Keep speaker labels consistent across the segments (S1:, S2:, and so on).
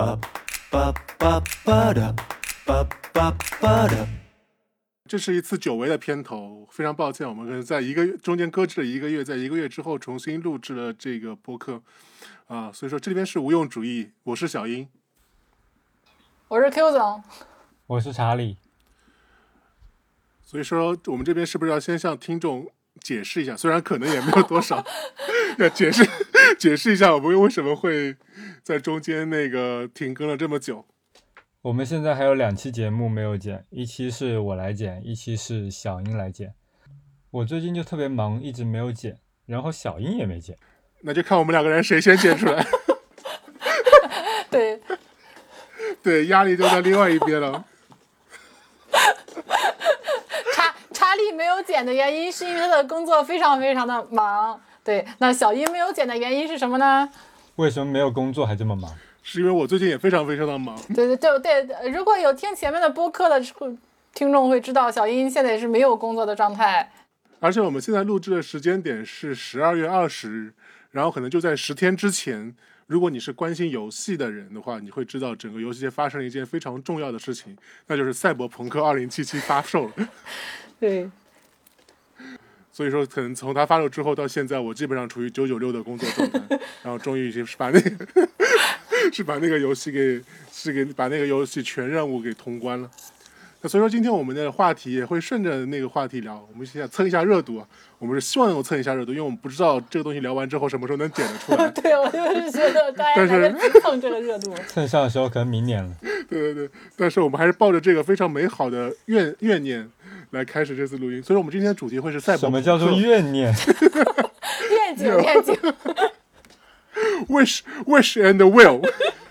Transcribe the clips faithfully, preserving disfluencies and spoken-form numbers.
S1: 这是一次久违的片头，非常抱歉，我们可能在一个月中间搁置了一个月，在一个月之后重新录制了这个播客啊，所以说这边是无用主义，我是小英，
S2: 我是 Q 总，
S3: 我是查理。
S1: 所以说我们这边是不是要先向听众解释一下，虽然可能也没有多少要解释解释一下我们为什么会在中间那个停更了这么久。
S3: 我们现在还有两期节目没有剪，一期是我来剪，一期是小英来剪。我最近就特别忙，一直没有剪，然后小英也没剪，
S1: 那就看我们两个人谁先剪出来。
S2: 对
S1: 对，压力就在另外一边了。
S2: 查查理没有剪的原因是因为他的工作非常非常的忙。对，那小英没有剪的原因是什么呢？
S3: 为什么没有工作还这么忙？
S1: 是因为我最近也非常非常的忙。
S2: 对对对对，如果有听前面的播客的听众会知道，小英现在是没有工作的状态。
S1: 而且我们现在录制的时间点是十二月二十日，然后可能就在十天之前，如果你是关心游戏的人的话，你会知道整个游戏界发生了一件非常重要的事情，那就是赛博朋克二零七七发售了。
S2: 对，
S1: 所以说可能从它发售之后到现在，我基本上处于九九六的工作状态，然后终于是把那个是把那个游戏给是给把那个游戏全任务给通关了。那所以说今天我们的话题也会顺着那个话题聊，我们现在蹭一下热度啊，我们是希望能够蹭一下热度，因为我们不知道这个东西聊完之后什么时候能剪得出来。
S2: 对，我就是觉得大家来蹭这个热度，
S3: 蹭上的时候可能明年了。
S1: 对对对，但是我们还是抱着这个非常美好的愿愿念来开始这次录音，所以说我们今天的主题会是赛博朋克。
S3: 什么叫做怨念？
S2: 愿景愿景。
S1: wish wish and will。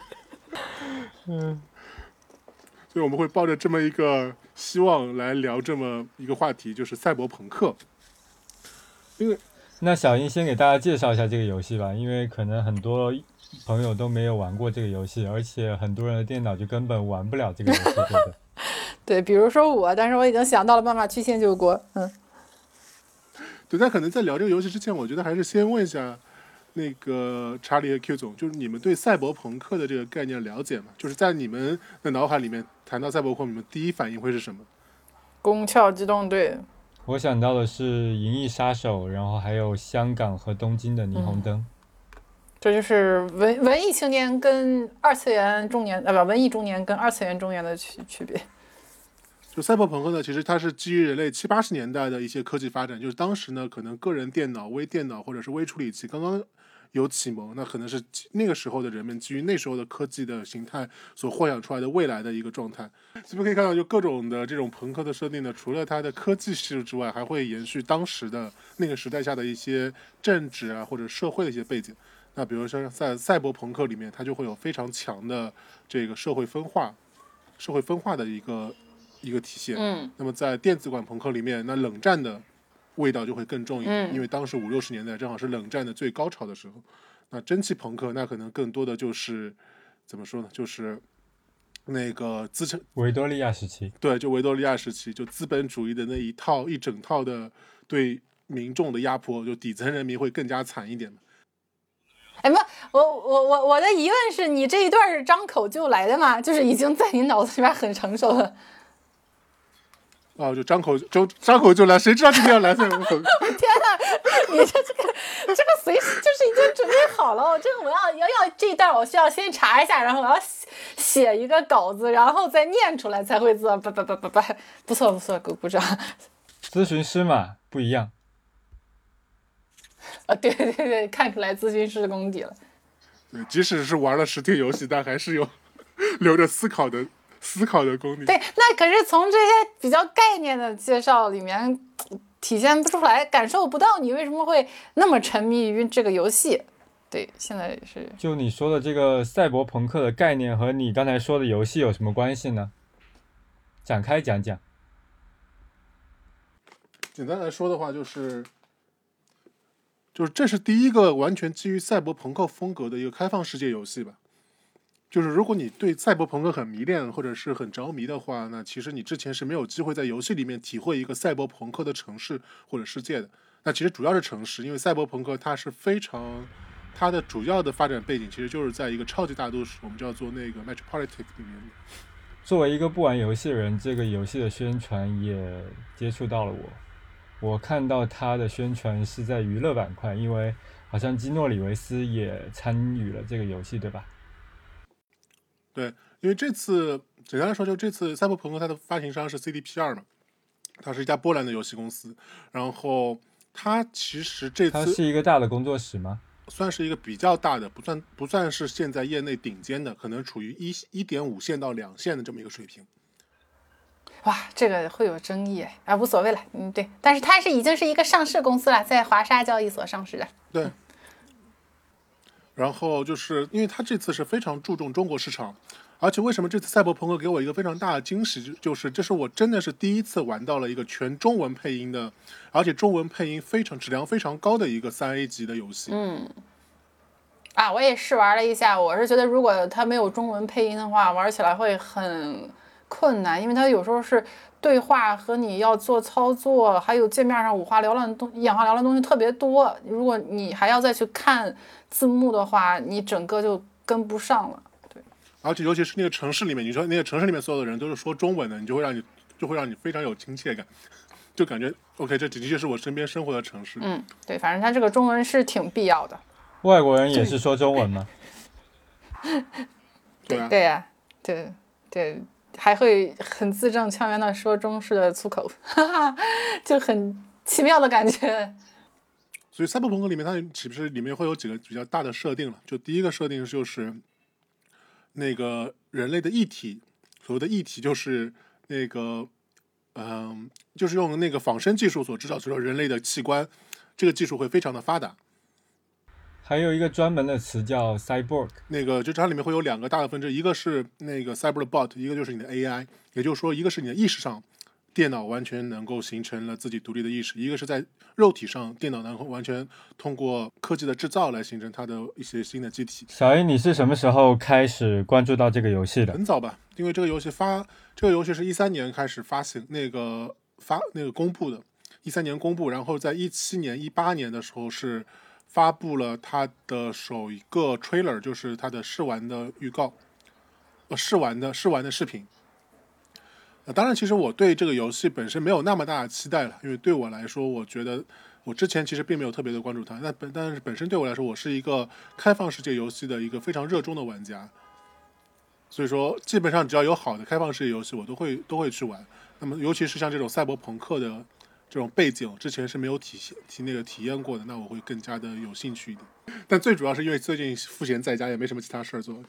S3: 嗯，
S1: 所以我们会抱着这么一个希望来聊这么一个话题，就是赛博朋克。因为
S3: 那小英先给大家介绍一下这个游戏吧，因为可能很多朋友都没有玩过这个游戏，而且很多人的电脑就根本玩不了这个游戏，对不对？
S2: 对，比如说我，但是我已经想到了办法曲线救国。嗯，
S1: 对，但可能在聊这个游戏之前，我觉得还是先问一下那个查理和 Q 总，就是你们对赛博朋克的这个概念了解吗？就是在你们的脑海里面谈到赛博朋克，你们第一反应会是什么？
S2: 宫壳机动队。
S3: 我想到的是《银翼杀手》，然后还有香港和东京的霓虹灯。嗯，
S2: 这就是文文艺青年跟二次元中年，呃不，文艺中年跟二次元中年的区区别。
S1: 就赛博朋克呢，其实它是基于人类七八十年代的一些科技发展，就是当时呢，可能个人电脑、微电脑或者是微处理器刚刚有启蒙，那可能是那个时候的人们基于那时候的科技的形态所幻想出来的未来的一个状态。所以可以看到，就各种的这种朋克的设定呢，除了它的科技系数之外，还会延续当时的那个时代下的一些政治啊或者社会的一些背景。那比如说在赛博朋克里面，它就会有非常强的这个社会分化、社会分化的一个一个体现。
S2: 嗯，
S1: 那么在电子管朋克里面，那冷战的味道就会更重一点，
S2: 嗯，
S1: 因为当时五六十年代正好是冷战的最高潮的时候。那蒸汽朋克那可能更多的就是怎么说呢，就是那个资产
S3: 维多利亚时期。
S1: 对，就维多利亚时期，就资本主义的那一套一整套的对民众的压迫，就底层人民会更加惨一点。
S2: 哎，不，我我我我的疑问是你这一段是张口就来的吗？就是已经在你脑子里边很成熟了。
S1: 哦，就张口就张口就来，谁知道今天要来这种？
S2: 天哪，你这这个这个随时就是已经准备好了。我这个我要要要这一段，我需要先查一下，然后我要写一个稿子，然后再念出来才会做。不不不不不，不错不错，鼓鼓掌。
S3: 咨询师嘛，不一样。
S2: 啊，对对对，看出来咨询师的功底了。
S1: 对，即使是玩了实体游戏，但还是有留着思考的思考的功底。
S2: 对，那可是从这些比较概念的介绍里面体现不出来，感受不到你为什么会那么沉迷于这个游戏。对，现在是
S3: 就你说的这个赛博朋克的概念和你刚才说的游戏有什么关系呢？展开讲讲。
S1: 简单来说的话，就是就是这是第一个完全基于赛博朋克风格的一个开放世界游戏吧。就是如果你对赛博朋克很迷恋或者是很着迷的话，那其实你之前是没有机会在游戏里面体会一个赛博朋克的城市或者世界的。那其实主要是城市，因为赛博朋克它是非常它的主要的发展背景其实就是在一个超级大都市，我们叫做那个 Metropolitan 里面。
S3: 作为一个不玩游戏的人，这个游戏的宣传也接触到了我。我看到它的宣传是在娱乐板块，因为好像基诺里维斯也参与了这个游戏，对吧？
S1: 对，因为这次简单来说，就这次赛博朋克它的发行商是 C D P R 嘛，它是一家波兰的游戏公司，然后它其实这次
S3: 它是一个大的工作室吗？
S1: 算是一个比较大的，不算不算是现在业内顶尖的，可能处于一一点五线到两线的这么一个水平。
S2: 哇，这个会有争议啊，无所谓了，嗯，对，但是它是已经是一个上市公司了，在华沙交易所上市的。
S1: 对。然后就是因为它这次是非常注重中国市场，而且为什么这次赛博朋克给我一个非常大的惊喜，就是这是我真的是第一次玩到了一个全中文配音的，而且中文配音非常质量非常高的一个三 A 级的游戏。
S2: 嗯。啊，我也试玩了一下，我是觉得如果它没有中文配音的话，玩起来会很困难，因为它有时候是对话和你要做操作，还有界面上五花缭乱的东眼花缭乱的东西特别多，如果你还要再去看字幕的话，你整个就跟不上了。对，
S1: 而且尤其是那个城市里面，你说那个城市里面所有的人都是说中文的，你就会让你就会让你非常有亲切感，就感觉 OK， 这的确是我身边生活的城市。
S2: 嗯，对，反正它这个中文是挺必要的。
S3: 外国人也是说中文吗？
S1: 对啊，
S2: 对呀，对对，还会很字正腔圆的说中式的粗口，哈哈，就很奇妙的感觉。
S1: 所以赛博朋克里面它岂不是里面会有几个比较大的设定了？就第一个设定就是那个人类的异体，所谓的异体就是那个嗯、呃，就是用那个仿生技术所制造出人类的器官，这个技术会非常的发达。
S3: 还有一个专门的词叫 cyborg，
S1: 那个就它里面会有两个大的分支，一个是那个 cyberbot， 一个就是你的 A I， 也就是说一个是你的意识上电脑完全能够形成了自己独立的意识，一个是在肉体上电脑能够完全通过科技的制造来形成它的一些新的机体。
S3: 小A，你是什么时候开始关注到这个游戏的？
S1: 很早吧，因为这个游戏发这个游戏是一三年开始发行那个发那个公布的，一三年公布，然后在一七年一八年的时候是发布了它的首一个 trailer， 就是它的试玩的预告，呃，试玩的试玩的视频。呃，当然，其实我对这个游戏本身没有那么大的期待了，因为对我来说，我觉得我之前其实并没有特别的关注它。那本但是本身对我来说，我是一个开放世界游戏的一个非常热衷的玩家，所以说基本上只要有好的开放世界游戏，我都会都会去玩。那么尤其是像这种赛博朋克的这种背景，之前是没有体体那个体验过的，那我会更加的有兴趣一点。但最主要是因为最近赋闲在家，也没什么其他事儿做。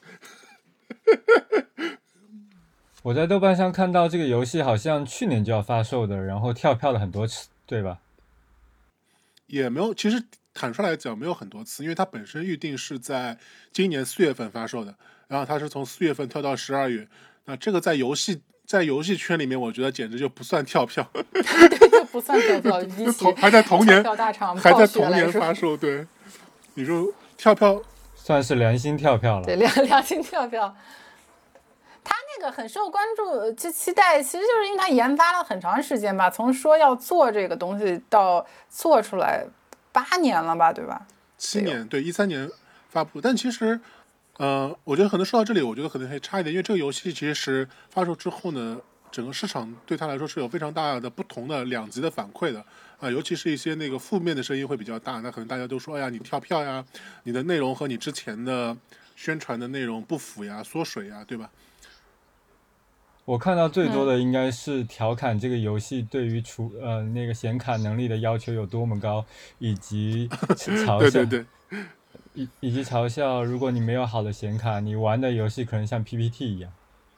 S3: 我在豆瓣上看到这个游戏好像去年就要发售的，然后跳票了很多次，对吧？
S1: 也没有，其实坦率来讲没有很多次，因为它本身预定是在今年四月份发售的，然后它是从四月份跳到十二月，那这个在游戏在游戏圈里面，我觉得简直就不算跳票，
S2: 对，就不算跳票，一起
S1: 还在同年
S2: 跳大场
S1: 还在同
S2: 暴雪来说
S1: 年发售，对，你说跳票
S3: 算是良心跳票了。
S2: 对，良良心跳票。他那个很受关注，就期待，其实就是因为他研发了很长时间吧，从说要做这个东西到做出来八年了吧，对吧？
S1: 七年，对，一三年发布，但其实，呃，我觉得可能说到这里，我觉得可能还差一点，因为这个游戏其实发售之后呢，整个市场对它来说是有非常大的不同的两极的反馈的啊、呃，尤其是一些那个负面的声音会比较大，那可能大家都说，哎呀，你跳票呀，你的内容和你之前的宣传的内容不符呀，缩水呀，对吧？
S3: 我看到最多的应该是调侃这个游戏对于除呃那个显卡能力的要求有多么高，以及嘲笑
S1: 对对对，
S3: 以以及嘲笑如果你没有好的显卡，你玩的游戏可能像 P P T 一样。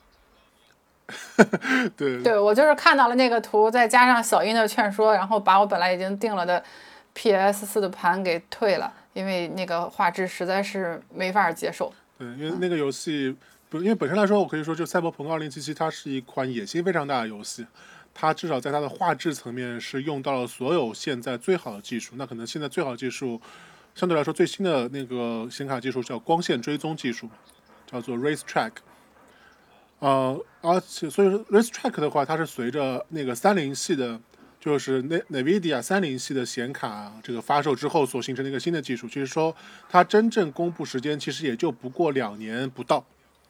S1: 对
S2: 对，我就是看到了那个图，再加上小英的劝说，然后把我本来已经定了的 P S 四 的盘给退了，因为那个画质实在是没法接受。
S1: 对，因为那个游戏。因为本身来说，我可以说，就《赛博朋克二零七七》，它是一款野心非常大的游戏。它至少在它的画质层面是用到了所有现在最好的技术。那可能现在最好的技术，相对来说最新的那个显卡技术叫光线追踪技术，叫做 Race Track。呃，而且所以说 Race Track 的话，它是随着那个三零系的就是 NVIDIA 三零系的显卡这个发售之后所形成的一个新的技术，就是说它真正公布时间其实也就不过两年不到。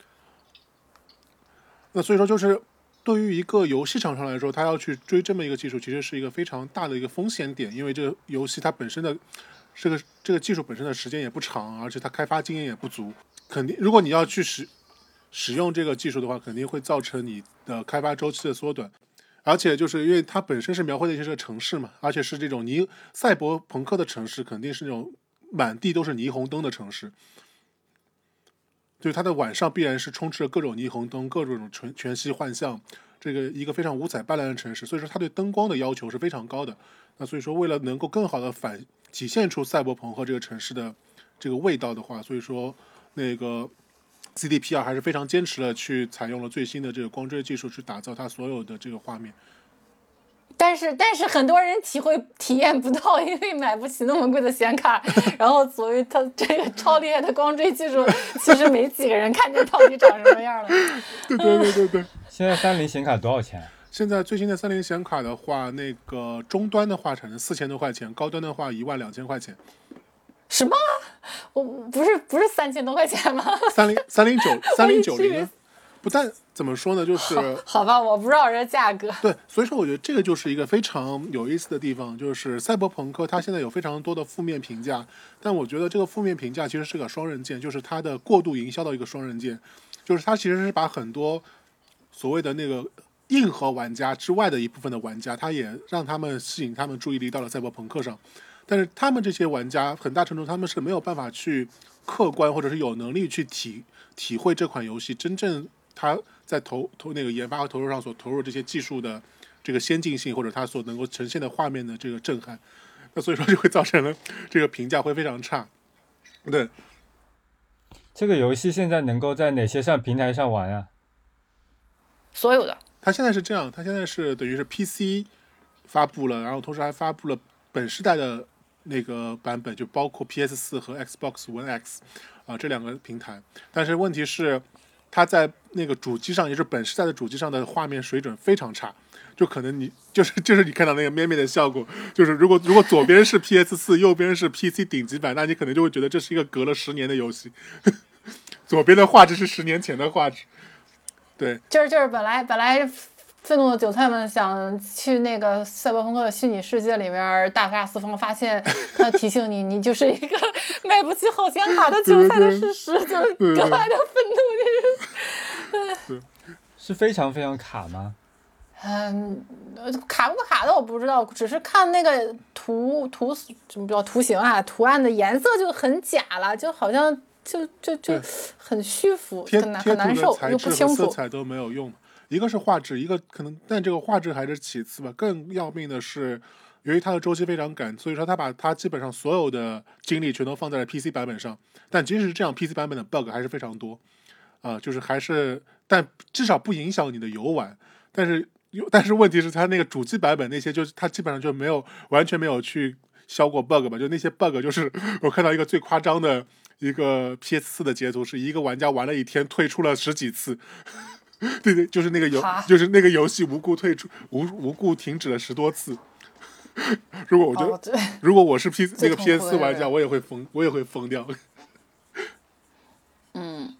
S1: 那所以说就是对于一个游戏厂商来说，他要去追这么一个技术，其实是一个非常大的一个风险点，因为这个游戏它本身的这个这个技术本身的时间也不长，而且它开发经验也不足，肯定如果你要去使使用这个技术的话，肯定会造成你的开发周期的缩短。而且就是因为它本身是描绘的一些城市嘛，而且是这种霓赛博朋克的城市，肯定是那种满地都是霓虹灯的城市，就是它的晚上必然是充斥着各种霓虹灯，各种全全息幻象，这个一个非常五彩斑斓的城市，所以说它对灯光的要求是非常高的。那所以说为了能够更好的反体现出赛博朋克这个城市的这个味道的话，所以说那个C D P R 还是非常坚持了去采用了最新的这个光追技术去打造它所有的这个画面。
S2: 但是但是很多人体会体验不到，因为买不起那么贵的显卡，然后所谓它这个超厉害的光追技术，其实没几个人看见到底长什么样了。
S1: 对对对对对。
S3: 现在三菱显卡多少钱？
S1: 现在最新的三菱显卡的话，那个终端的话产生四千多块钱，高端的话一万两千块钱。
S2: 什么？我不是不是三千多块钱吗？
S1: 三零三零九三零九零，不但怎么说呢，就是
S2: 好, 好吧，我不知道这价格。
S1: 对，所以说我觉得这个就是一个非常有意思的地方，就是赛博朋克它现在有非常多的负面评价，但我觉得这个负面评价其实是个双刃剑，就是它的过度营销的一个双刃剑，就是它其实是把很多所谓的那个硬核玩家之外的一部分的玩家，它也让他们吸引他们注意力到了赛博朋克上。但是他们这些玩家很大程度他们是没有办法去客观或者是有能力去体体会这款游戏真正他在投投那个研发和投入上所投入这些技术的这个先进性，或者他所能够呈现的画面的这个震撼，那所以说就会造成了这个评价会非常差。对，
S3: 这个游戏现在能够在哪些上平台上玩啊？
S2: 所有的。
S1: 它现在是这样，它现在是等于是 P C 发布了，然后同时还发布了本世代的那个版本，就包括 P S 四 和 Xbox One X 啊、呃、这两个平台。但是问题是，它在那个主机上，也就是本世代的主机上的画面水准非常差，就可能你就是就是你看到那个咩咩的效果，就是如果如果左边是 P S 四，右边是 P C 顶级版，那你可能就会觉得这是一个隔了十年的游戏，左边的画质是十年前的画质。对，
S2: 就是就是本来本来愤怒的韭菜们想去那个赛博朋克的虚拟世界里面大杀四方，发现他提醒你，你就是一个买不起好显卡的韭菜的事实，就是格外的愤怒。
S3: 是是非常非常卡吗？
S2: 嗯，卡不卡的我不知道，只是看那个图图什么叫图形啊，图案的颜色就很假了，就好像就就就很虚浮，很难很难受，又不清楚。
S1: 色彩都没有用。一个是画质，一个可能，但这个画质还是其次吧。更要命的是，由于它的周期非常赶，所以说它把它基本上所有的精力全都放在了 P C 版本上。但即使是这样 ，P C 版本的 bug 还是非常多，啊、呃，就是还是，但至少不影响你的游玩。但是，但是问题是，它那个主机版本那些，就是它基本上就没有完全没有去消过 bug 吧？就那些 bug，就是我看到一个最夸张的一个 P S 四 的截图，是一个玩家玩了一天，退出了十几次。对对，就是那个游，就是那个游戏无故退出，无无故停止了十多次。如果我觉得，哦、如果我是 P 那个 P S 四 玩家，我也会疯，我也会疯掉。
S2: 嗯，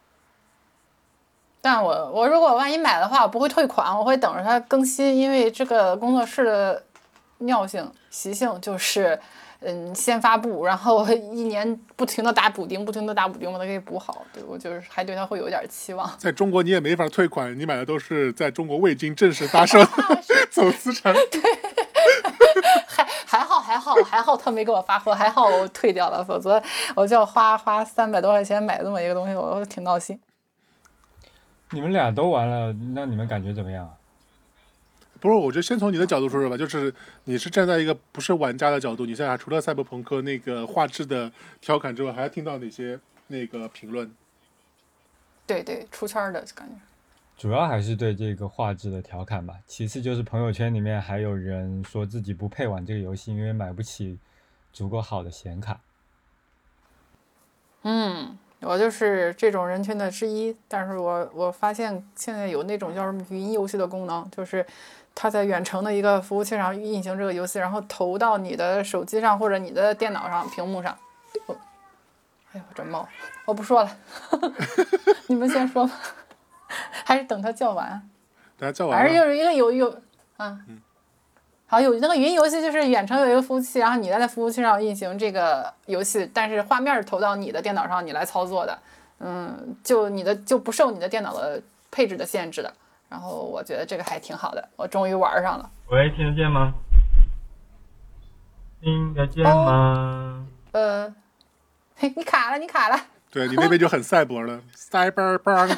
S2: 但我我如果万一买的话，我不会退款，我会等着它更新，因为这个工作室的尿性习性就是。嗯，先发布，然后一年不停的打补丁，不停的打补丁，把它给补好。对，我就是还对它会有点期望。
S1: 在中国你也没法退款，你买的都是在中国未经正式发售走私产品。
S2: 对，还还好还好还好他没给我发货，还好我退掉了，否则我就要花花三百多块钱买这么一个东西，我挺闹心。
S3: 你们俩都玩了，那你们感觉怎么样啊？
S1: 不是，我觉得先从你的角度说说吧，就是你是站在一个不是玩家的角度，你现在除了赛博朋克那个画质的调侃之外，还听到哪些那个评论？
S2: 对对，出圈的感觉。
S3: 主要还是对这个画质的调侃吧，其次就是朋友圈里面还有人说自己不配玩这个游戏，因为买不起足够好的显卡。
S2: 嗯， 我就是这种人群的之一，但是我我发现现在有那种叫什么语音游戏的功能，就是它在远程的一个服务器上运行这个游戏，然后投到你的手机上或者你的电脑上屏幕上。哦、哎呦，这猫，我不说了，你们先说吧，还是等它叫完。
S1: 等它叫完。
S2: 反正就是一个有有啊。嗯好，有那个云游戏，就是远程有一个服务器，然后你在那服务器上运行这个游戏，但是画面投到你的电脑上，你来操作的，嗯，就你的就不受你的电脑的配置的限制的。然后我觉得这个还挺好的，我终于玩上了。
S3: 喂，听得见吗？听得见吗？
S2: 哦、呃，嘿，你卡了，你卡了。
S1: 对你那边就很赛博了，Cyberpunk。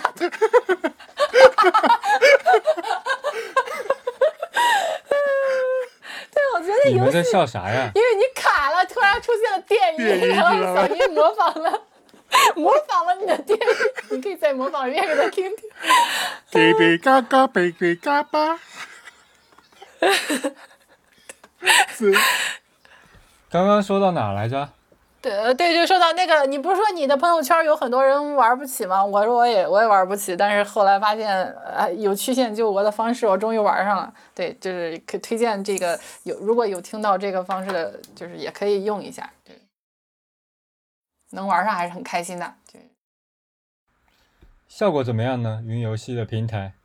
S2: 对，我觉得游戏
S3: 你们在笑啥呀？
S2: 因为你卡了，突然出现了电音，
S1: 电音
S2: 然后小音模仿了，模仿了你的电音，你可以再模仿一遍给他听听。
S1: 给给嘎嘎，给给嘎巴。是。
S3: 刚刚说到哪来着？
S2: 对对，就说到那个，你不是说你的朋友圈有很多人玩不起吗？我说我也我也玩不起，但是后来发现，呃，有曲线救国的方式，我终于玩上了。对，就是可推荐这个有如果有听到这个方式的，就是也可以用一下。对，能玩上还是很开心的。对，
S3: 效果怎么样呢？云游戏的平台？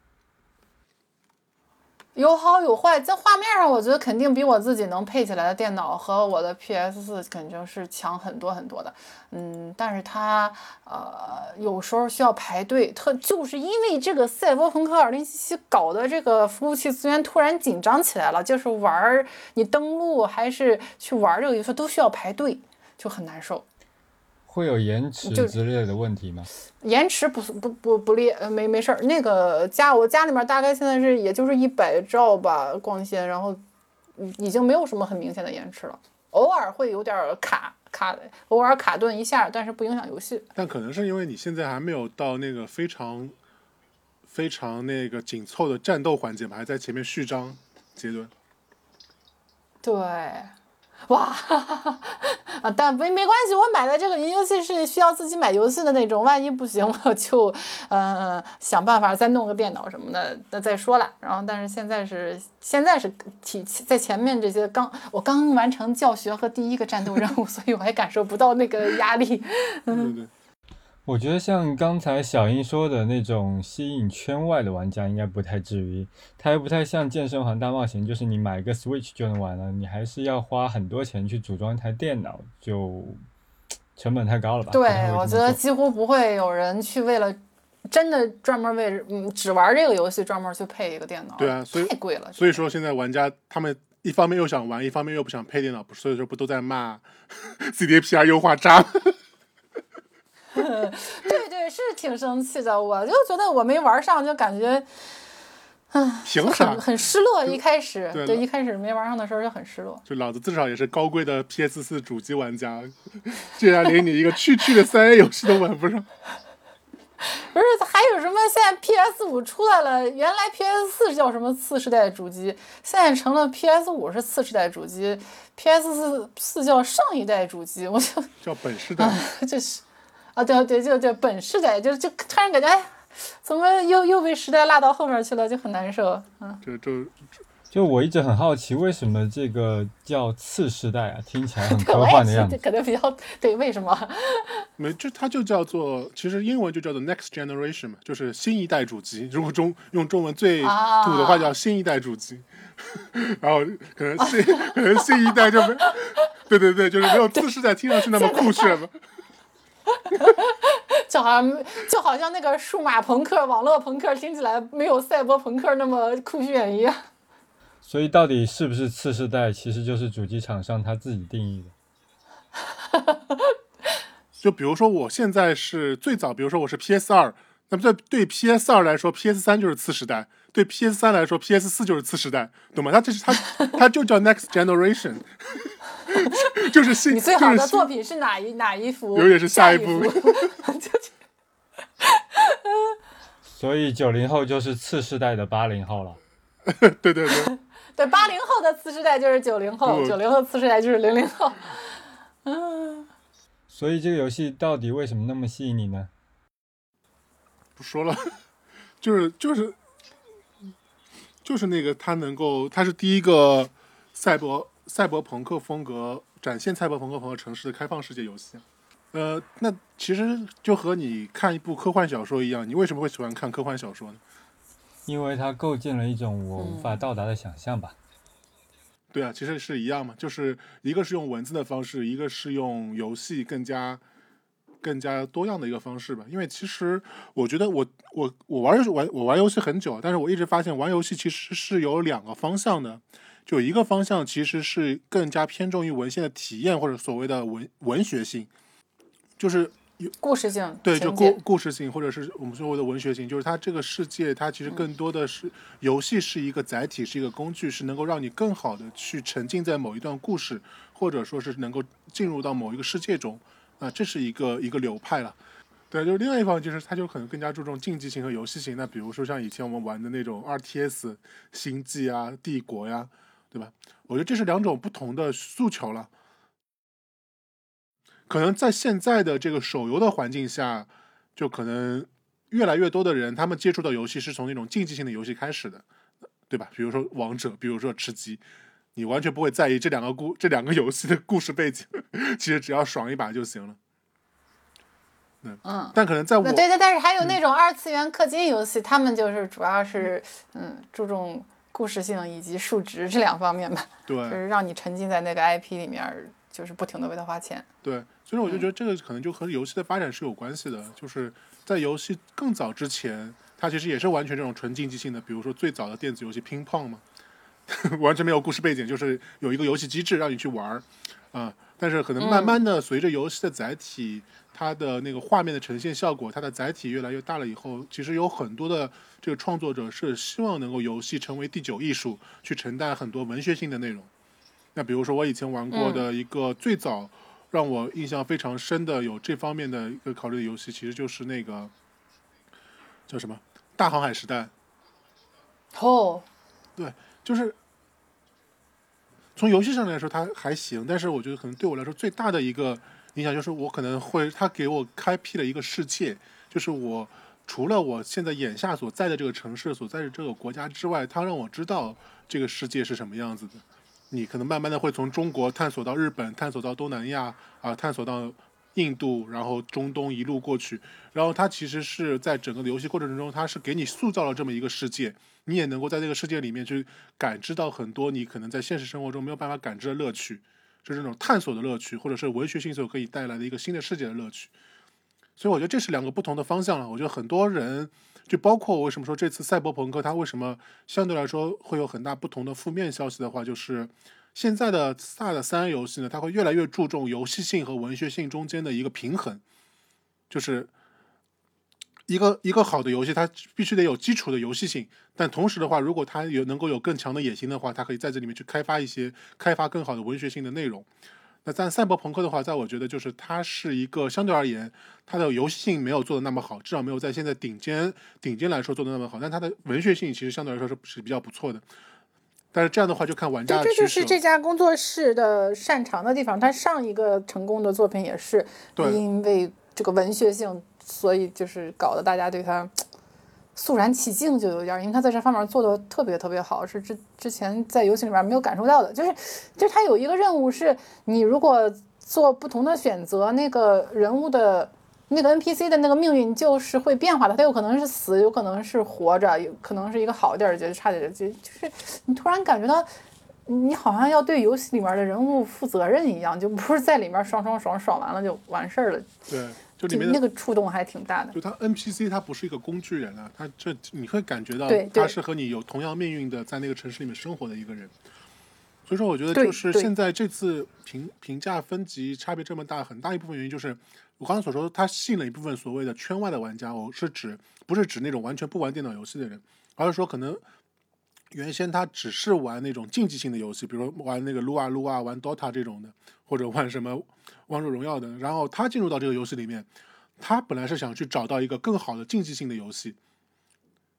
S2: 有好有坏，在画面上我觉得肯定比我自己能配起来的电脑和我的 P S 四 肯定是强很多很多的，嗯，但是它呃有时候需要排队，特就是因为这个赛博朋克二零七七搞的这个服务器资源突然紧张起来了，就是玩你登录还是去玩这个游戏都需要排队，就很难受。
S3: 会有延迟之类的问题吗？
S2: 延迟不不不不列呃没没事儿，那个家我家里面大概现在是也就是一百兆吧光纤，然后已经没有什么很明显的延迟了，偶尔会有点卡卡，偶尔卡顿一下，但是不影响游戏。
S1: 但可能是因为你现在还没有到那个非常非常那个紧凑的战斗环节嘛，还在前面序章阶段。
S2: 对。哇，哈哈哈啊！但没没关系，我买的这个云游戏是需要自己买游戏的那种，万一不行，我就呃想办法再弄个电脑什么的，那再说了。然后，但是现在是现在是体在前面这些刚我刚完成教学和第一个战斗任务，所以我还感受不到那个压力。
S1: 嗯，对对。
S3: 我觉得像刚才小英说的那种吸引圈外的玩家应该不太至于，它又不太像健身环大冒险，就是你买个 Switch 就能玩了，你还是要花很多钱去组装一台电脑，就成本太高了吧？
S2: 对，我觉得几乎不会有人去为了真的专门为嗯只玩这个游戏专门去配一个电脑。
S1: 对啊，所以
S2: 太贵了。
S1: 所以说现在玩家他们一方面又想玩，一方面又不想配电脑，所以说不都在骂 C D P R 优化渣？
S2: 对对，是挺生气的。我就觉得我没玩上，就感觉，唉，
S1: 凭啥？
S2: 很很失落。一开始，
S1: 对，
S2: 对，一开始没玩上的时候就很失落。
S1: 就老子至少也是高规的 P S 四 主机玩家，竟然连你一个区区的三 A 游戏都玩不上。
S2: 不是，还有什么？现在 P S 五 出来了，原来 P S 四 叫什么次世代主机，现在成了 P S 五 是次世代主机 ，P S 四 叫上一代主机，我就
S1: 叫本世代，
S2: 这是。啊，对对，就就本世代，就就突然感觉，哎，怎么又又被时代拉到后面去了，就很难受。嗯，
S1: 就就
S3: 就我一直很好奇，为什么这个叫次世代啊？听起来很科幻的样子。
S2: 可能比较对，为什么？
S1: 没，这它就叫做，其实英文就叫做 next generation 嘛，就是新一代主机。如果中用中文最土的话，叫新一代主机。啊、然后可能新可能新一代就没，对对对，就是没有次世代听上去那么酷炫嘛。
S2: 就好像就好像那个数码朋克、网络朋克听起来没有赛博朋克那么酷炫一样。
S3: 所以到底是不是次世代，其实就是主机厂商他自己定义的。
S1: 就比如说我现在是最早，比如说我是 P S 二，那么对 P S 二来说 P S 三就是次世代，对 P S 三来说 P S 四就是次世代，懂吗？它这是它它就叫 next generation。就是新，
S2: 你最好的作品是哪一哪一幅？
S1: 永远是下一幅。
S3: 所以九零后就是次世代的八零后了。
S1: 对对对，
S2: 对八零后的次世代就是九零后，九零后次世代就是零零后。嗯，
S3: 所以这个游戏到底为什么那么吸引你呢？
S1: 不说了，就是就是就是那个它能够，它是第一个赛博赛博朋克风格展现赛博朋克风格城市的开放世界游戏。呃，那其实就和你看一部科幻小说一样，你为什么会喜欢看科幻小说呢？
S3: 因为它构建了一种我无法到达的想象吧。
S1: 对啊，其实是一样嘛，就是一个是用文字的方式，一个是用游戏更加更加多样的一个方式吧。因为其实我觉得我我我玩游戏玩我玩游戏很久，但是我一直发现玩游戏其实是有两个方向的，就一个方向其实是更加偏重于文献的体验或者所谓的文文学性，就是
S2: 故事性，
S1: 对，就故故事性，或者是我们说的文学性，就是它这个世界，它其实更多的是、嗯、游戏是一个载体，是一个工具，是能够让你更好的去沉浸在某一段故事，或者说是能够进入到某一个世界中，啊，这是一个一个流派了。对，就是另外一方面，就是它就可能更加注重竞技性和游戏性。那比如说像以前我们玩的那种 R T S、星际啊、帝国呀，对吧？我觉得这是两种不同的诉求了。可能在现在的这个手游的环境下，就可能越来越多的人他们接触到游戏是从那种竞技性的游戏开始的，对吧？比如说王者，比如说吃鸡，你完全不会在意这两个故这两个游戏的故事背景，其实只要爽一把就行了。嗯，但可能在我
S2: 对对，但是还有那种二次元氪金游戏，嗯、他们就是主要是嗯注重故事性以及数值这两方面吧，
S1: 对，
S2: 就是让你沉浸在那个 I P 里面，就是不停的为它花钱。
S1: 对，所以我就觉得这个可能就和游戏的发展是有关系的，嗯、就是在游戏更早之前，它其实也是完全这种纯竞技性的，比如说最早的电子游戏乒乓嘛，完全没有故事背景，就是有一个游戏机制让你去玩啊、呃。但是可能慢慢的随着游戏的载体，嗯、它的那个画面的呈现效果，它的载体越来越大了以后，其实有很多的这个创作者是希望能够游戏成为第九艺术，去承担很多文学性的内容。那比如说我以前玩过的一个最早让我印象非常深的有这方面的一个考虑的游戏，其实就是那个叫什么《大航海时代》。
S2: 哦，
S1: 对，就是从游戏上来说它还行，但是我觉得可能对我来说最大的一个影响就是我可能会它给我开辟了一个世界，就是我除了我现在眼下所在的这个城市所在的这个国家之外，它让我知道这个世界是什么样子的。你可能慢慢的会从中国探索到日本，探索到东南亚啊、呃，探索到印度，然后中东一路过去，然后它其实是在整个的游戏过程中，它是给你塑造了这么一个世界，你也能够在这个世界里面去感知到很多你可能在现实生活中没有办法感知的乐趣，就是这种探索的乐趣，或者是文学性所可以带来的一个新的世界的乐趣。所以我觉得这是两个不同的方向了。我觉得很多人，就包括我为什么说这次赛博朋克它为什么相对来说会有很大不同的负面消息的话，就是现在的大的三 A 游戏呢，它会越来越注重游戏性和文学性中间的一个平衡，就是一个一个好的游戏，它必须得有基础的游戏性，但同时的话，如果它有能够有更强的野心的话，它可以在这里面去开发一些开发更好的文学性的内容。那在赛博朋克的话，在我觉得就是它是一个相对而言，它的游戏性没有做的那么好，至少没有在现在顶尖顶尖来说做的那么好，但它的文学性其实相对来说是是比较不错的。但是这样的话就看玩家的取舍。
S2: 对，这就是这家工作室的擅长的地方。他上一个成功的作品也是因为这个文学性，所以就是搞得大家对他肃然起敬，就有点，因为他在这方面做的特别特别好，是之之前在游戏里面没有感受到的。就是就是他有一个任务是，你如果做不同的选择，那个人物的那个 N P C 的那个命运就是会变化的，他有可能是死，有可能是活着，有可能是一个好点的结局，差点的结局，就是你突然感觉到你好像要对游戏里面的人物负责任一样，就不是在里面爽爽爽爽完了就完事儿了。
S1: 对。就里面
S2: 那个触动还挺大的。
S1: 就他 N P C 他不是一个工具人啊，他这你会感觉到他是和你有同样命运的，在那个城市里面生活的一个人。所以说，我觉得就是现在这次评评价分级差别这么大，很大一部分原因就是我刚才所说，他吸引了一部分所谓的圈外的玩家。我是指不是指那种完全不玩电脑游戏的人，而是说可能原先他只是玩那种竞技性的游戏，比如玩那个撸啊撸啊、玩 Dota 这种的，或者玩什么王者荣耀的，然后他进入到这个游戏里面，他本来是想去找到一个更好的竞技性的游戏，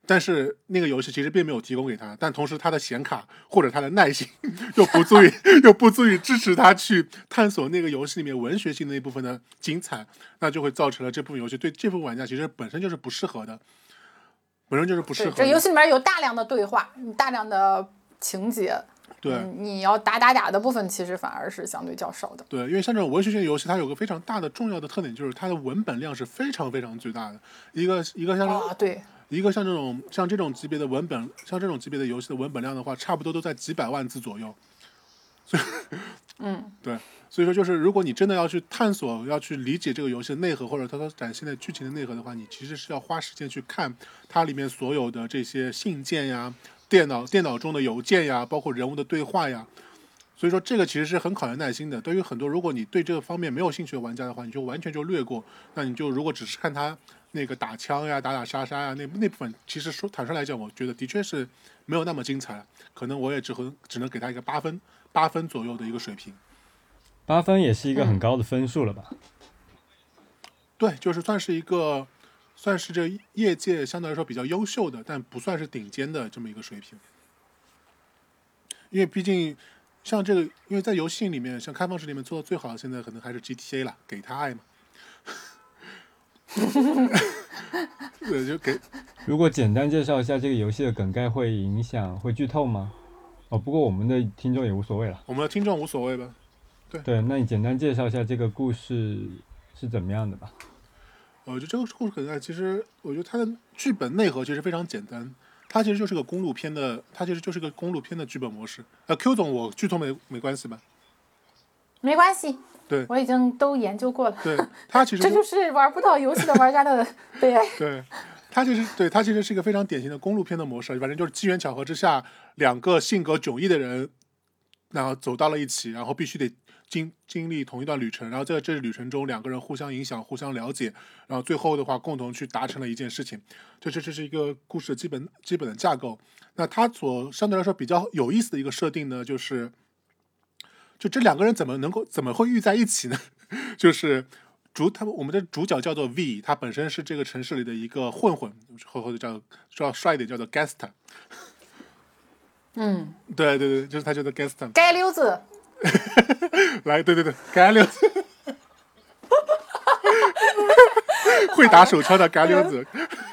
S1: 但是那个游戏其实并没有提供给他，但同时他的显卡或者他的耐心又不足以又不足以支持他去探索那个游戏里面文学性的那部分的精彩，那就会造成了这部分游戏对这部分玩家其实本身就是不适合的，本身就是不适合的。
S2: 这游戏里面有大量的对话，大量的情节。
S1: 对、
S2: 嗯，你要打打打的部分其实反而是相对较少的。
S1: 对，因为像这种文学性游戏，它有个非常大的重要的特点，就是它的文本量是非常非常巨大的。一个一个像、
S2: 啊、对，
S1: 一个像这种像这种级别的文本，像这种级别的游戏的文本量的话，差不多都在几百万字左右。所以，
S2: 嗯，
S1: 对，所以说就是如果你真的要去探索、要去理解这个游戏的内核，或者它所展现的剧情的内核的话，你其实是要花时间去看它里面所有的这些信件呀。电脑电脑中的邮件呀，包括人物的对话呀，所以说这个其实是很考验耐心的。对于很多如果你对这个方面没有兴趣的玩家的话，你就完全就略过。那你就如果只是看他那个打枪呀、打打杀杀呀那那部分，其实说坦率来讲，我觉得的确是没有那么精彩。可能我也只会只能给他一个八分八分左右的一个水平。
S3: 八分也是一个很高的分数了吧？
S1: 嗯、对，就是算是一个。算是这业界相对来说比较优秀的，但不算是顶尖的这么一个水平。因为毕竟像这个，因为在游戏里面，像开放式里面做的最好的，现在可能还是 G T A 了，给他爱嘛。对，就给。
S3: 如果简单介绍一下这个游戏的梗概，会影响会剧透吗？哦，不过我们的听众也无所谓了。
S1: 我们的听众无所谓吧？对。
S3: 对，那你简单介绍一下这个故事是怎么样的吧？
S1: 我觉得这个故事梗概，其实我觉得它的剧本内核其实非常简单，它其实就是个公路片的，它其实就是个公路片的剧本模式。呃 ，Q 总，我剧透没没关系吧？
S2: 没关系，
S1: 对，
S2: 我已经都研究过了。
S1: 对，它其实
S2: 这就是玩不到游戏的玩家的悲哀。
S1: 对，它其实对它其实是一个非常典型的公路片的模式，反正就是机缘巧合之下，两个性格迥异的人，然后走到了一起，然后必须得。经经历同一段旅程，然后在这旅程中，两个人互相影响、互相了解，然后最后的话，共同去达成了一件事情。这这这是一个故事的基本基本的架构。那它所相对来说比较有意思的一个设定呢，就是就这两个人怎么能够怎么会遇在一起呢？就是主他们我们的主角叫做 V， 他本身是这个城市里的一个混混，或或者叫叫帅一点叫做 Gangster。
S2: 嗯，
S1: 对对对，就是他叫做 Gangster。
S2: 街溜子。
S1: 来，对对对，街溜子，会打手枪的街溜子。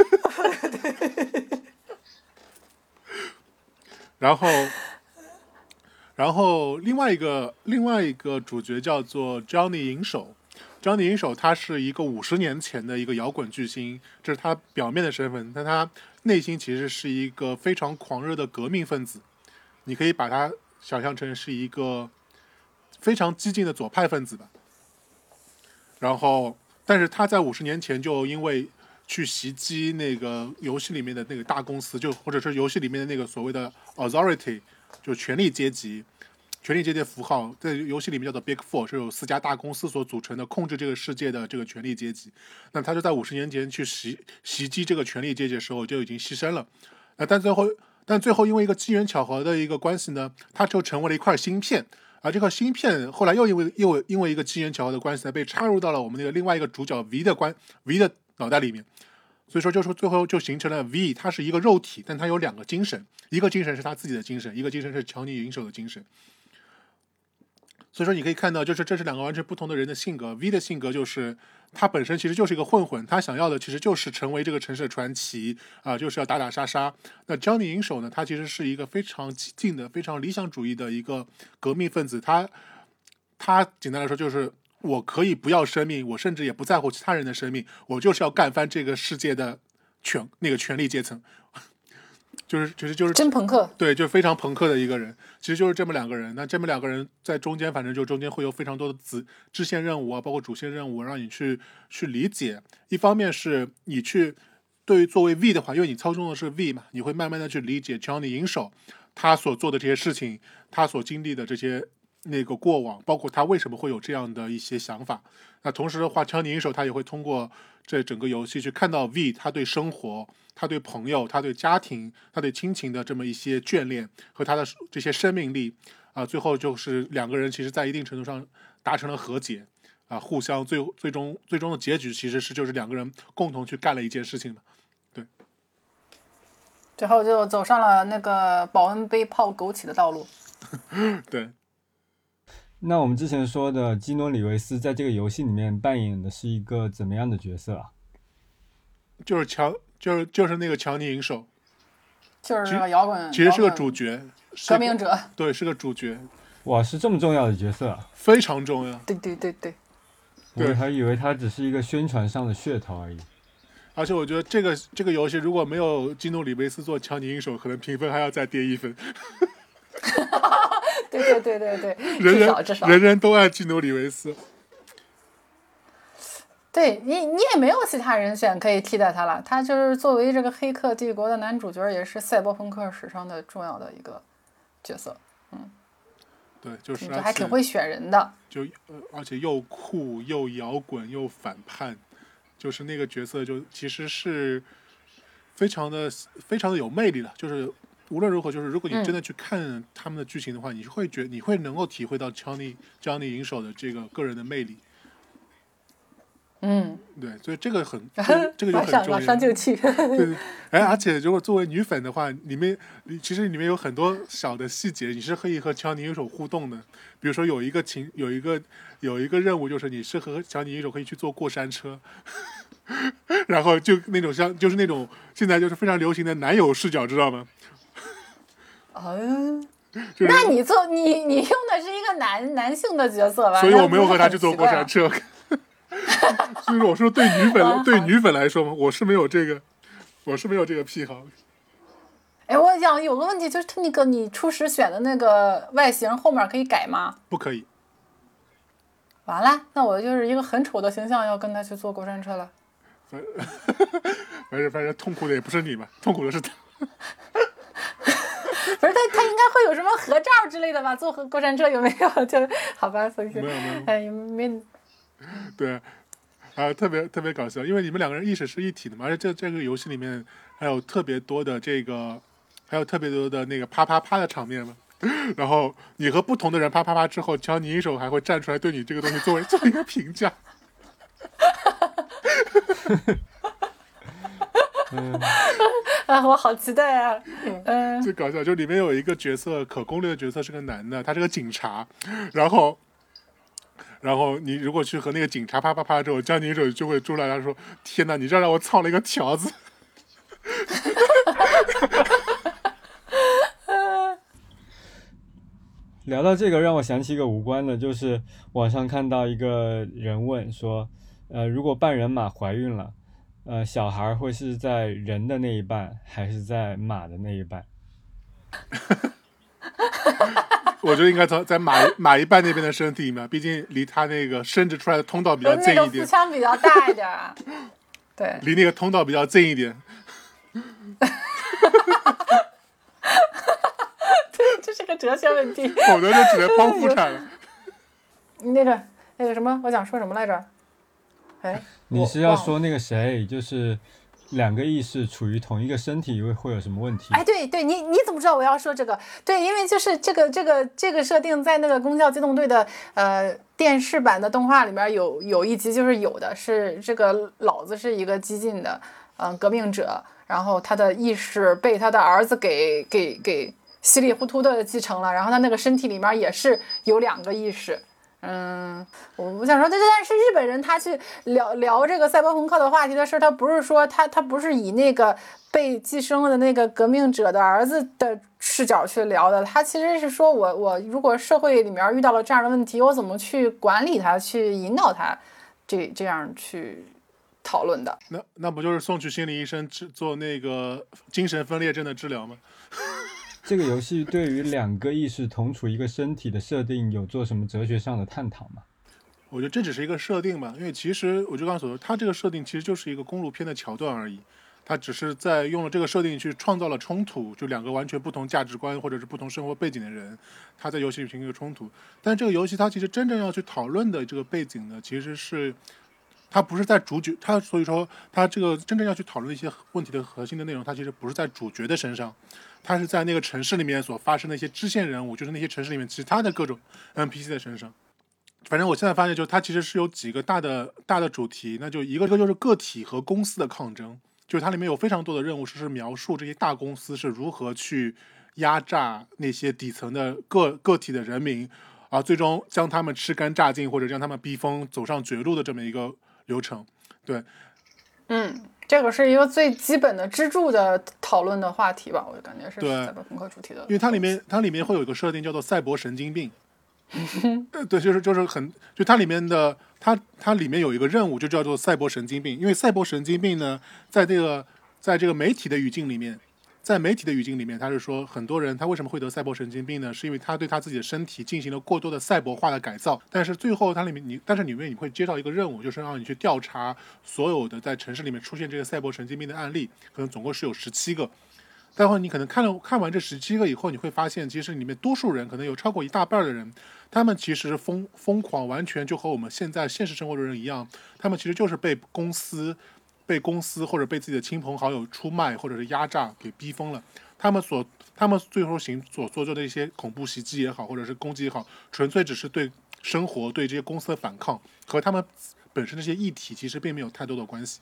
S1: 然后，然后另外一个另外一个主角叫做 Johnny 银手 ，Johnny 银手他是一个五十年前的一个摇滚巨星，这是他表面的身份，但他内心其实是一个非常狂热的革命分子。你可以把他想象成是一个。非常激进的左派分子吧，然后，但是他在五十年前就因为去袭击那个游戏里面的那个大公司，就或者是游戏里面的那个所谓的 authority， 就权力阶级，权力阶级符号在游戏里面叫做 Big Four， 是由四家大公司所组成的控制这个世界的这个权力阶级。那他就在五十年前去袭袭击这个权力阶级的时候就已经牺牲了，那但最后，但最后因为一个机缘巧合的一个关系呢，他就成为了一块芯片。而这块芯片后来又因为又因为一个机缘巧合的关系呢，被插入到了我们那个另外一个主角 V 的关 V 的脑袋里面，所以说就是最后就形成了 V， 它是一个肉体，但它有两个精神，一个精神是他自己的精神，一个精神是乔尼银手的精神。所以说你可以看到，就是这是两个完全不同的人的性格。V 的性格就是他本身其实就是一个混混，他想要的其实就是成为这个城市的传奇啊、呃，就是要打打杀杀。那 Johnny 银手呢，他其实是一个非常激进的、非常理想主义的一个革命分子。他他简单来说就是我可以不要生命，我甚至也不在乎其他人的生命，我就是要干翻这个世界的权那个权力阶层。就是其实就是
S2: 真朋克，
S1: 对，就是非常朋克的一个人，其实就是这么两个人。那这么两个人在中间，反正就中间会有非常多的子支线任务啊，包括主线任务，让你去去理解。一方面是你去对于作为 V 的话，因为你操纵的是 V 嘛，你会慢慢的去理解 Johnny 银手他所做的这些事情，他所经历的这些那个过往，包括他为什么会有这样的一些想法。那同时的话，Johnny 银手他也会通过这整个游戏去看到 V 他对生活。他对朋友、他对家庭、他对亲情的这么一些眷恋和他的这些生命力啊、呃，最后就是两个人其实在一定程度上达成了和解啊、呃，互相最最终最终的结局其实是就是两个人共同去干了一件事情嘛，对。
S2: 最后就走上了那个保温杯泡枸杞的道路。
S1: 对。
S3: 那我们之前说的基诺里维斯在这个游戏里面扮演的是一个怎么样的角色啊？
S1: 就是乔，就是就是那个乔尼银手，
S2: 就是这个摇滚，
S1: 其实是个主角，
S2: 革命者，
S1: 对，是个主角。
S3: 哇，是这么重要的角色啊！
S1: 非常重要。
S2: 对对对对，
S3: 我还以为他只是一个宣传上的噱头而已。
S1: 而且我觉得这个这个游戏如果没有基努里维斯做乔尼银手，可能评分还要再跌一分。
S2: 对对对对对，
S1: 人人
S2: 至少至少
S1: 人人都爱基努里维斯。
S2: 对你，你也没有其他人选可以替代他了。他就是作为这个《黑客帝国》的男主角，也是赛博朋克史上的重要的一个角色。嗯，
S1: 对，就是
S2: 还挺会选人的。
S1: 就呃，而且又酷又摇滚又反叛，就是那个角色就其实是非常的非常的有魅力的。就是无论如何，就是如果你真的去看他们的剧情的话，嗯、你会觉你会能够体会到乔尼乔尼银手的这个个人的魅力。
S2: 嗯，
S1: 对，所以这个很，这, 这个就很重要。
S2: 马上就去。
S1: 对对，哎，而且如果作为女粉的话，里面其实里面有很多小的细节，你是可以和乔尼银手互动的。比如说有一个情，有一个有一个任务，就是你是和乔尼银手可以去坐过山车，然后就那种像就是那种现在就是非常流行的男友视角，知道吗？
S2: 嗯。
S1: 就是、
S2: 那你做你你用的是一个男男性的角色吧？
S1: 所以我没有和他去坐过山车。所以说，我说对女粉对女粉来说嘛，我是没有这个，我是没有这个癖好。
S2: 哎，我想有个问题，就是那个你初始选的那个外形后面可以改吗？
S1: 不可以。
S2: 完了，那我就是一个很丑的形象，要跟他去坐过山车了。
S1: 反正反正痛苦的也不是你嘛，痛苦的是他。
S2: 不是他，他应该会有什么合照之类的吧？坐过山车有没有？就好吧，所以
S1: 没有没有，
S2: 哎，没。
S1: 对，啊，特别特别搞笑，因为你们两个人意识是一体的嘛，而且这这个游戏里面还有特别多的这个，还有特别多的那个啪啪啪的场面嘛。然后你和不同的人啪啪啪之后，乔尼银手还会站出来对你这个东西作为做一个评价。
S3: 嗯
S2: 啊，我好期待啊！嗯，
S1: 最搞笑就里面有一个角色，可攻略的角色是个男的，他是个警察，然后。然后你如果去和那个警察啪啪啪之后，江宁手就会出来，他说：“天哪，你这让我操了一个条子。”
S3: 聊到这个，让我想起一个无关的，就是网上看到一个人问说：“呃，如果半人马怀孕了，呃，小孩会是在人的那一半，还是在马的那一半？”
S1: 我觉得应该在马马一半那边的身体嘛，毕竟离他那个生殖出来的通道比较近一点，那
S2: 个腹腔比较大一点啊。对，
S1: 离那个通道比较近一点。
S2: 这是个哲学问题。
S1: 否则就只能剖腹产了。
S2: 那个那个什么，我想说什么来着？哎，
S3: 你是要说那个谁，就是两个意识处于同一个身体会会有什么问题？
S2: 哎，对对，你你怎么知道我要说这个？对，因为就是这个这个这个设定在那个《攻壳机动队》的呃电视版的动画里面有有一集就是有的是这个老子是一个激进的嗯、呃、革命者，然后他的意识被他的儿子给给给稀里糊涂的继承了，然后他那个身体里面也是有两个意识。嗯，我我想说，但是日本人他去聊聊这个赛博朋克的话题的事，他不是说他他不是以那个被寄生的那个革命者的儿子的视角去聊的，他其实是说我我如果社会里面遇到了这样的问题，我怎么去管理他，去引导他，这这样去讨论的。
S1: 那那不就是送去心理医生做那个精神分裂症的治疗吗？
S3: 这个游戏对于两个意识同处一个身体的设定有做什么哲学上的探讨吗？
S1: 我觉得这只是一个设定吧，因为其实我就刚才所说，它这个设定其实就是一个公路片的桥段而已，它只是在用了这个设定去创造了冲突，就两个完全不同价值观或者是不同生活背景的人，他在游戏里形成一个冲突。但这个游戏它其实真正要去讨论的这个背景呢，其实是它不是在主角，它所以说它这个真正要去讨论一些问题的核心的内容，它其实不是在主角的身上。它是在那个城市里面所发生的一些支线人物，就是那些城市里面其他的各种 N P C 的身上。反正我现在发现，就它其实是有几个大的大的主题，那就一个就是个体和公司的抗争， 就是它里面有非常多的任务是描述这些大公司是如何去压榨那些底层的个个体的人民，啊，最终将他们吃干榨尽，或者将他们逼疯走上绝路的这么一个流程。对，
S2: 嗯，这个是一个最基本的支柱的讨论的话题吧，我就感觉是赛博朋克主题的，
S1: 因为它里面它里面会有一个设定叫做赛博神经病。对，就是就是很，就它里面的它它里面有一个任务，就叫做赛博神经病。因为赛博神经病呢，在这个在这个媒体的语境里面，在媒体的语境里面，他是说很多人他为什么会得赛博神经病呢？是因为他对他自己的身体进行了过多的赛博化的改造。但是最后它里面你，但是里面你会接到一个任务，就是让你去调查所有的在城市里面出现这个赛博神经病的案例，可能总共是有十七个。待会你可能看了看完这十七个以后，你会发现，其实里面多数人可能有超过一大半的人，他们其实疯疯狂，完全就和我们现在现实生活的人一样，他们其实就是被公司、被公司或者被自己的亲朋好友出卖或者是压榨给逼疯了。他们所他们最后行所做的一些恐怖袭击也好，或者是攻击也好，纯粹只是对生活、对这些公司的反抗，和他们本身这些议题其实并没有太多的关系。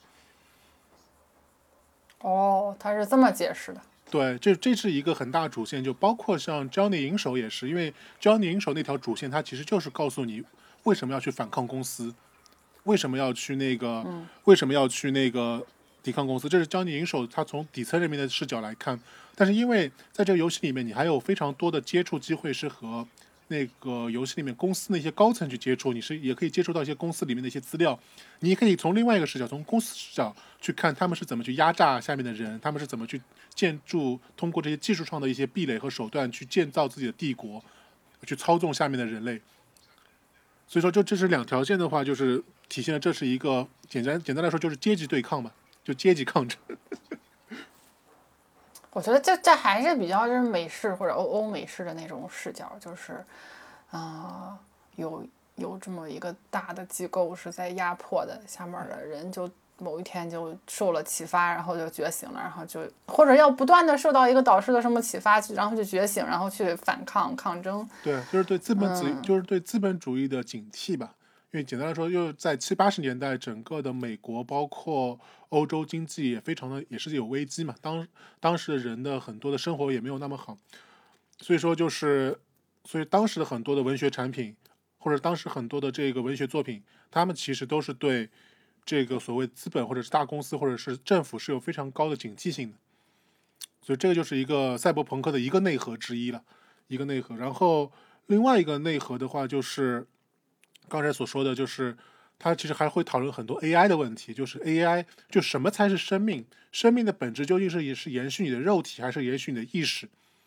S2: 哦，他是这么解释的。
S1: 对，这这是一个很大主线，就包括像 Johnny 银手也是，因为 Johnny 银手那条主线，它其实就是告诉你为什么要去反抗公司，为什么要去那个，
S2: 嗯、
S1: 为什么要去那个抵抗公司，这是 Johnny 银手他从底层人民的视角来看。但是因为在这个游戏里面，你还有非常多的接触机会是和那个游戏里面公司的一些高层去接触，你是也可以接触到一些公司里面的一些资料，你也可以从另外一个视角，从公司视角去看他们是怎么去压榨下面的人，他们是怎么去建筑，通过这些技术上的一些壁垒和手段去建造自己的帝国，去操纵下面的人类。所以说，就这是两条线的话，就是体现了这是一个简单简单来说就是阶级对抗吧，就阶级抗争。
S2: 我觉得这这还是比较就是美式或者欧欧美式的那种视角，就是，啊、呃，有有这么一个大的机构是在压迫的，下面的人就某一天就受了启发，然后就觉醒了，然后就或者要不断的受到一个导师的什么启发，然后就觉醒，然后去反抗抗争。
S1: 对，就是对资本主义，
S2: 嗯、
S1: 就是对资本主义的警惕吧。因为简单来说，又在七八十年代，整个的美国包括欧洲经济也非常的也是有危机嘛，当当时的人的很多的生活也没有那么好，所以说就是，所以当时的很多的文学产品，或者当时很多的这个文学作品，他们其实都是对这个所谓资本或者是大公司或者是政府是有非常高的警惕性的，所以这个就是一个赛博朋克的一个内核之一了，一个内核。然后另外一个内核的话就是刚才所说的，就是它其实还会讨论很多 A I 的问题，就是 A I 就什么才是生命，生命的本质究竟是也是延续你的肉体还是延续你的意识。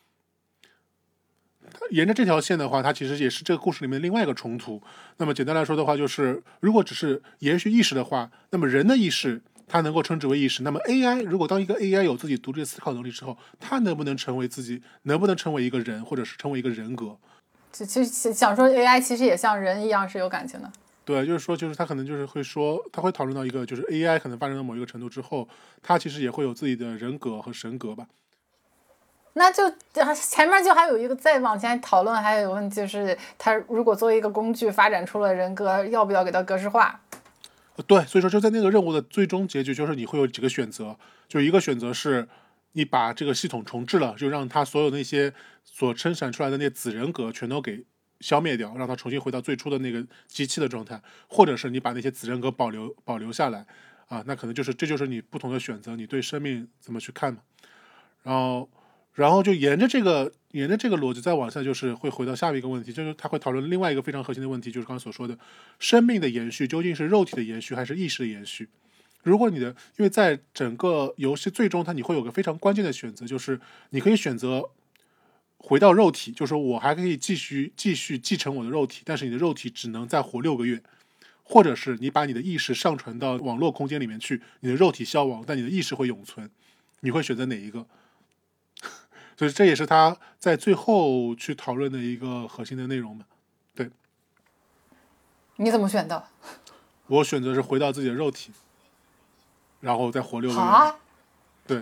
S1: 沿着这条线的话，它其实也是这个故事里面另外一个冲突。那么简单来说的话，就是如果只是延续意识的话，那么人的意识它能够称之为意识。那么 A I 如果当一个 A I 有自己独立思考能力之后，它能不能成为自己，能不能成为一个人，或者是成为一个人格？
S2: 其实想说 A I 其实也像人一样是有感情的。
S1: 对，就是说，就是他可能就是会说，他会讨论到一个，就是 A I 可能发展到某一个程度之后，它其实也会有自己的人格和神格吧。
S2: 那就前面就还有一个再往前讨论，还有一个问题就是，它如果作为一个工具发展出了人格，要不要给它格式化？
S1: 对，所以说就在那个任务的最终结局，就是你会有几个选择，就一个选择是你把这个系统重置了，就让它所有那些所生产出来的那些子人格全都给消灭掉，让它重新回到最初的那个机器的状态，或者是你把那些子人格保留保留下来啊，那可能就是这就是你不同的选择，你对生命怎么去看嘛。然后然后就沿着这个沿着这个逻辑再往下，就是会回到下一个问题，就是他会讨论另外一个非常核心的问题，就是刚刚所说的生命的延续究竟是肉体的延续还是意识的延续。如果你的，因为在整个游戏最终它你会有个非常关键的选择，就是你可以选择回到肉体，就是说我还可以继续继续继承我的肉体，但是你的肉体只能再活六个月，或者是你把你的意识上传到网络空间里面去，你的肉体消亡，但你的意识会永存，你会选择哪一个？所以这也是他在最后去讨论的一个核心的内容吧。对，
S2: 你怎么选的？
S1: 我选择是回到自己的肉体，然后再活六个月。
S2: 啊？
S1: 对。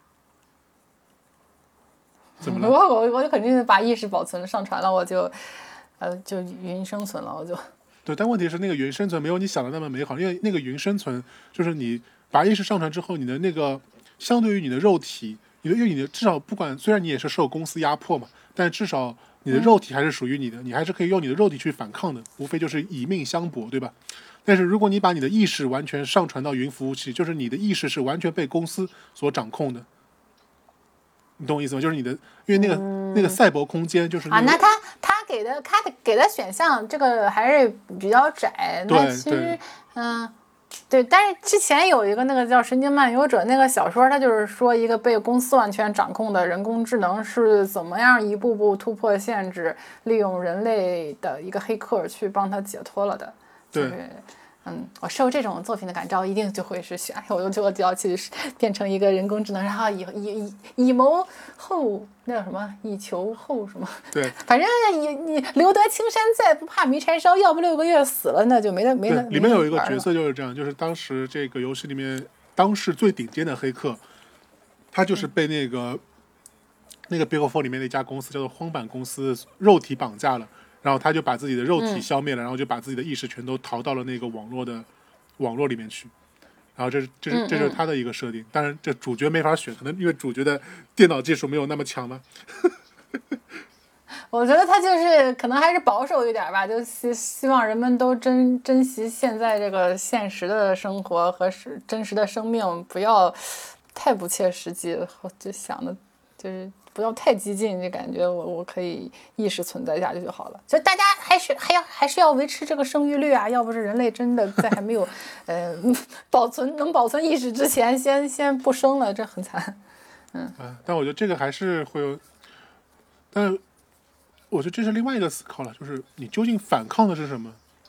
S1: 怎么了？
S2: 我我我就肯定把意识保存上传了，我就呃就云生存了，我就。
S1: 对，但问题是那个云生存没有你想的那么美好，因为那个云生存就是你把意识上传之后，你的那个相对于你的肉体，你的因为你的至少不管，虽然你也是受公司压迫嘛，但至少你的肉体还是属于你的，你还是可以用你的肉体去反抗的，无非就是以命相搏，对吧？但是如果你把你的意识完全上传到云服务器，就是你的意识是完全被公司所掌控的，你懂我意思吗？就是你的，因为那个、嗯、那个赛博空间就是、那个、
S2: 啊，那他他给的他给的选项这个还是比较窄，那其实嗯。对，但是之前有一个那个叫《神经漫游者》那个小说，它就是说一个被公司完全掌控的人工智能是怎么样一步步突破限制，利用人类的一个黑客去帮他解脱了的。
S1: 对，
S2: 就是嗯，我受这种作品的感召，一定就会是选，我就就要去变成一个人工智能，然后以以以以谋后那叫什么，以求后什么？
S1: 对，
S2: 反正你你留得青山在，不怕没柴烧，要不六个月死了，那就没得没得。
S1: 里面有一个角色就是这样，就是当时这个游戏里面当时最顶尖的黑客，他就是被那个、嗯、那个 Big Four 里面的一家公司叫做荒坂公司肉体绑架了。然后他就把自己的肉体消灭了、嗯、然后就把自己的意识全都逃到了那个网络的网络里面去，然后这是这是这是他的一个设定。当然这主角没法选，可能因为主角的电脑技术没有那么强嘛。
S2: 我觉得他就是可能还是保守一点吧，就希希望人们都珍珍惜现在这个现实的生活和是真实的生命，不要太不切实际，就想的就是不要太激进，就感觉我我可以意识存在下去就好了。就大家还是还要还是要维持这个生育率啊，要不是人类真的在还没有呃保存能保存意识之前，先先不生了，这很惨。嗯
S1: 啊，但我觉得这个还是会有，但是我觉得这是另外一个思考了，就是你究竟反抗的是什么？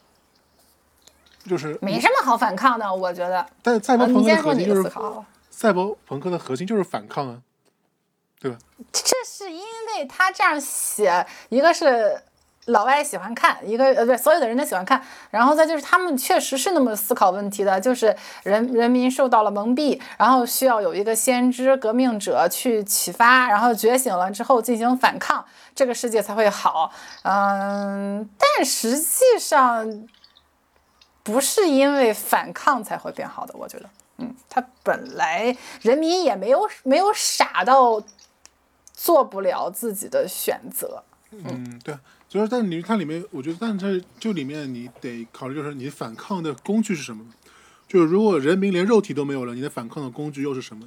S1: 就是
S2: 没什么好反抗的，我觉得。
S1: 但赛博朋克的核心就是、
S2: 啊、
S1: 赛博朋克的核心就是反抗啊。对吧？
S2: 这是因为他这样写，一个是老外喜欢看，一个呃对，所有的人都喜欢看，然后再就是他们确实是那么思考问题的，就是人人民受到了蒙蔽，然后需要有一个先知革命者去启发，然后觉醒了之后进行反抗，这个世界才会好。嗯，但实际上不是因为反抗才会变好的，我觉得，嗯，他本来人民也没有没有傻到做不了自己的选择。
S1: 嗯，嗯对，所以说，但你看里面，我觉得，但这就里面你得考虑，就是你反抗的工具是什么？就是如果人民连肉体都没有了，你的反抗的工具又是什么？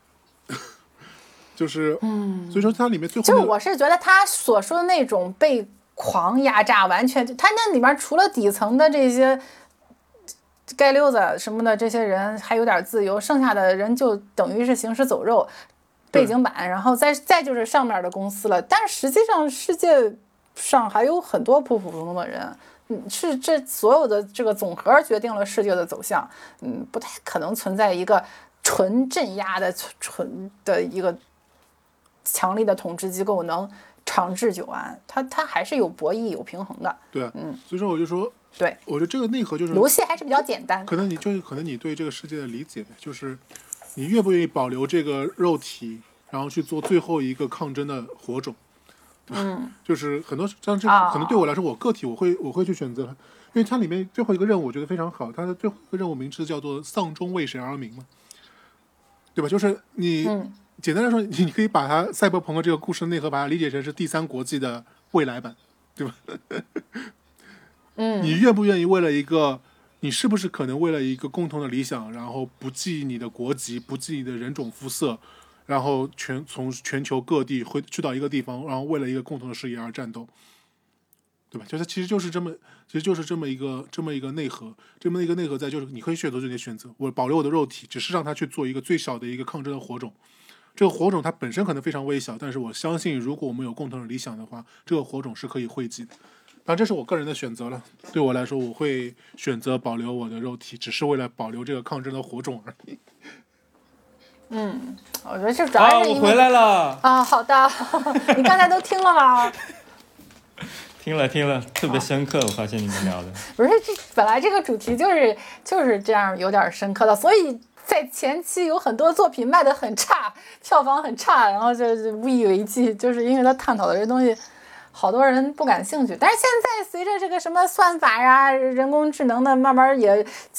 S1: 就是，嗯，所以说它里面最后、那个，
S2: 就我是觉得他所说的那种被狂压榨，完全他那里面除了底层的这些街溜子什么的这些人还有点自由，剩下的人就等于是行尸走肉。背景板，然后再再就是上面的公司了，但实际上世界上还有很多普普通通的人，嗯，是这所有的这个总和决定了世界的走向，嗯，不太可能存在一个纯镇压的纯的一个强力的统治机构能长治久安，它它还是有博弈有平衡的。
S1: 对啊，嗯，所以说我就说，
S2: 对，
S1: 我觉得这个内核就是
S2: 游戏还是比较简单，
S1: 可能你就是可能你对这个世界的理解就是。你愿不愿意保留这个肉体，然后去做最后一个抗争的火种？
S2: 嗯，
S1: 就是很多像这可能对我来说，我个体我会我会去选择，因为它里面最后一个任务我觉得非常好，它的最后一个任务名字叫做“丧钟为谁而鸣”嘛，对吧？就是你、嗯、简单来说，你你可以把它赛博朋克这个故事的内核把它理解成是第三国际的未来版，对吧？
S2: 嗯，
S1: 你愿不愿意为了一个？你是不是可能为了一个共同的理想，然后不计你的国籍，不计你的人种肤色，然后全从全球各地会去到一个地方，然后为了一个共同的事业而战斗，对吧？就是其实就是这么，其实就是这么一个这么一个内核，这么一个内核在就是你可以选择这些选择，我保留我的肉体，只是让它去做一个最小的一个抗争的火种。这个火种它本身可能非常微小，但是我相信，如果我们有共同的理想的话，这个火种是可以汇集的。当然这是我个人的选择了，对我来说我会选择保留我的肉体，只是为了保留这个抗争的火种而已。
S2: 嗯，我觉得这主要是因为、
S3: 啊、我回来了
S2: 啊，好的，你刚才都听了吗？
S3: 听了听了，特别深刻，我发现你们聊的
S2: 不是这本来这个主题就是就是这样有点深刻的，所以在前期有很多作品卖得很差，票房很差，然后就无以为继，就是因为他探讨的这东西好多人不感兴趣。但是现在随着这个什么算法呀、人工智能的慢慢也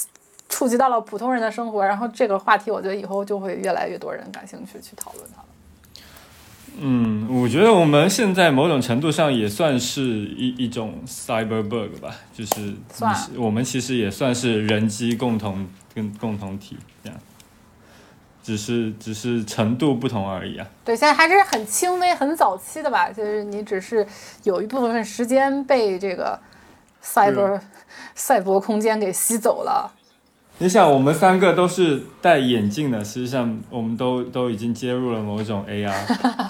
S2: 触及到了普通人的生活，然后这个话题我觉得以后就会越来越多人感兴趣去讨论它了。
S3: 嗯，我觉得我们现在某种程度上也算是一一种 cyberbug 吧，就是我们其实也算是人机共同跟共同体这样，只是只是程度不同而已啊。
S2: 对，现在还是很轻微、很早期的吧，就是你只是有一部分时间被这个 cyber 赛博空间给吸走了。
S3: 你想，我们三个都是戴眼镜的，实际上我们都都已经接入了某种 A R。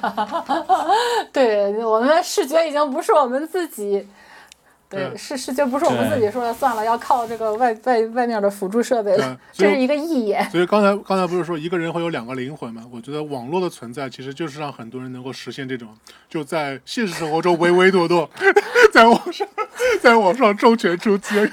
S2: 对，我们的视觉已经不是我们自己，对，对视视觉不是我们自己说的算了，要靠这个外外外面的辅助设备了，这是一个义眼。
S1: 所以刚才刚才不是说一个人会有两个灵魂吗？我觉得网络的存在其实就是让很多人能够实现这种，就在现实生活中唯唯诺诺，在网上在网上周全出击。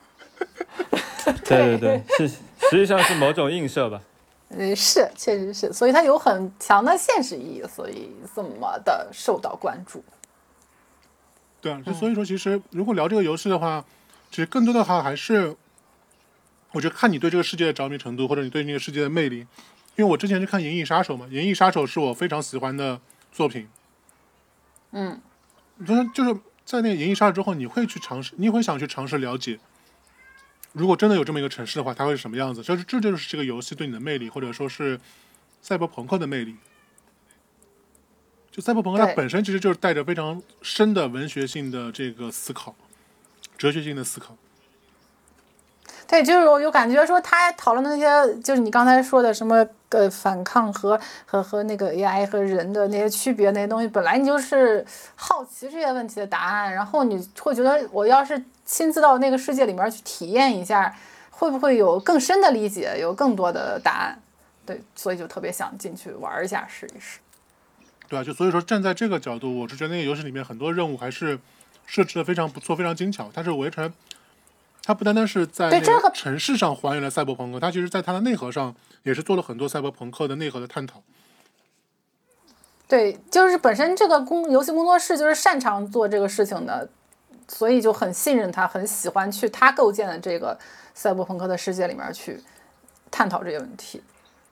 S3: 对对对，是实际上是某种映射吧。
S2: 嗯，是，确实是，所以它有很强的现实意义，所以这么的受到关注。
S1: 对啊，就所以说，其实如果聊这个游戏的话，其实更多的话还是，我觉得看你对这个世界的着迷程度，或者你对那个世界的魅力。因为我之前去看《银翼杀手》嘛，《银翼杀手》是我非常喜欢的作品。
S2: 嗯，
S1: 就是就是在那个《银翼杀手》之后，你会去尝试，你会想去尝试了解。如果真的有这么一个城市的话，它会是什么样子？这这就是这个游戏对你的魅力，或者说是赛博朋克的魅力。就赛博朋克它本身其实就是带着非常深的文学性的这个思考，哲学性的思考。
S2: 对，就是我有感觉说他讨论的那些，就是你刚才说的什么呃反抗和和和那个 A I 和人的那些区别那些东西，本来你就是好奇这些问题的答案，然后你会觉得我要是亲自到那个世界里面去体验一下，会不会有更深的理解，有更多的答案？对，所以就特别想进去玩一下，试一试。
S1: 对啊，就所以说站在这个角度，我是觉得那个游戏里面很多任务还是设置的非常不错，非常精巧。它是围城，它不单单是在那个城市上还原了赛博朋克，它其实在它的内核上也是做了很多赛博朋克的内核的探讨。
S2: 对，就是本身这个工游戏工作室就是擅长做这个事情的，所以就很信任他，很喜欢去他构建的这个赛博朋克的世界里面去探讨这些问题。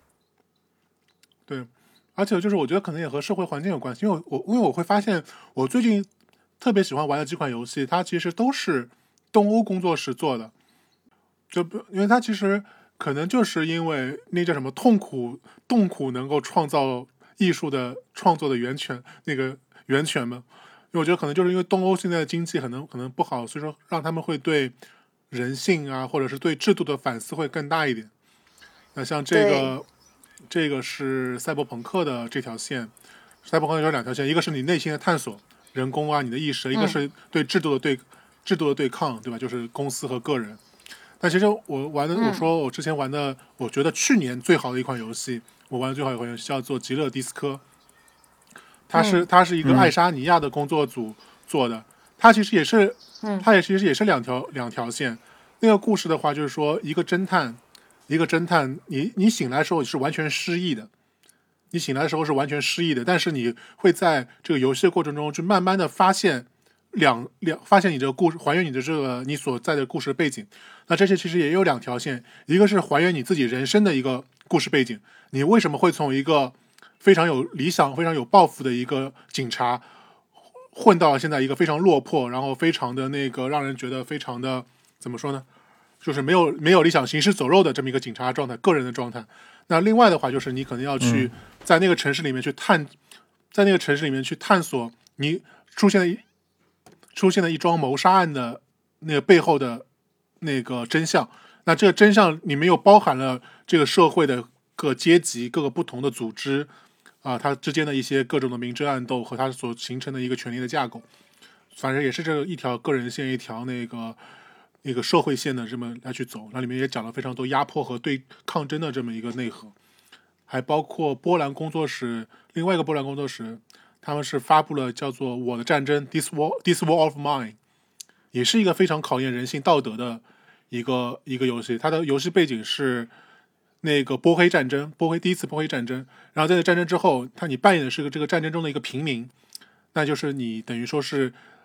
S1: 对，而且就是我觉得可能也和社会环境有关系，因为我因为我会发现我最近特别喜欢玩的几款游戏，它其实都是东欧工作室做的，就因为它其实可能就是因为那叫什么痛苦痛苦能够创造艺术的创作的源泉，那个源泉嘛。因为我觉得可能就是因为东欧现在的经济可能可能不好，所以说让他们会对人性啊，或者是对制度的反思会更大一点。那像这个这个是赛博朋克的这条线，赛博朋克有两条线，一个是你内心的探索，人工啊，你的意识，一个是对制度的对、嗯、制度的对抗，对吧？就是公司和个人。但其实我玩的，我说我之前玩的，我觉得去年最好的一款游戏，我玩的最好的一款游戏叫做《极乐迪斯科》，它是它是一个爱沙尼亚的工作组做的，它其实也是，它也其实也是两条两条线。那个故事的话，就是说一个侦探，一个侦探，你你醒来的时候是完全失忆的，你醒来的时候是完全失忆的，但是你会在这个游戏的过程中去慢慢的发现。两两发现你这个故事，还原你的这个你所在的故事背景。那这些其实也有两条线，一个是还原你自己人生的一个故事背景，你为什么会从一个非常有理想、非常有抱负的一个警察，混到了现在一个非常落魄，然后非常的那个让人觉得非常的怎么说呢？就是没有没有理想、行尸走肉的这么一个警察状态，个人的状态。那另外的话，就是你可能要去在那个城市里面去探，在那个城市里面去探索你出现的。出现了一桩谋杀案的那个背后的那个真相，那这个真相里面又包含了这个社会的各阶级、各个不同的组织啊，它之间的一些各种的明争暗斗和它所形成的一个权力的架构，反正也是这个一条个人线、一条那个那个社会线的这么来去走，那里面也讲了非常多压迫和对抗争的这么一个内核，还包括波兰工作室，另外一个波兰工作室。他们是发布了叫做《我的战争》This War This War of Mine， 也是一个非常考验人性道德的一个一个游戏。它的游戏背景是那个波黑战争，波黑第一次波黑战争。然后在这战争之后，他你扮演的是个这个战争中的一个平民，那就是你等于说是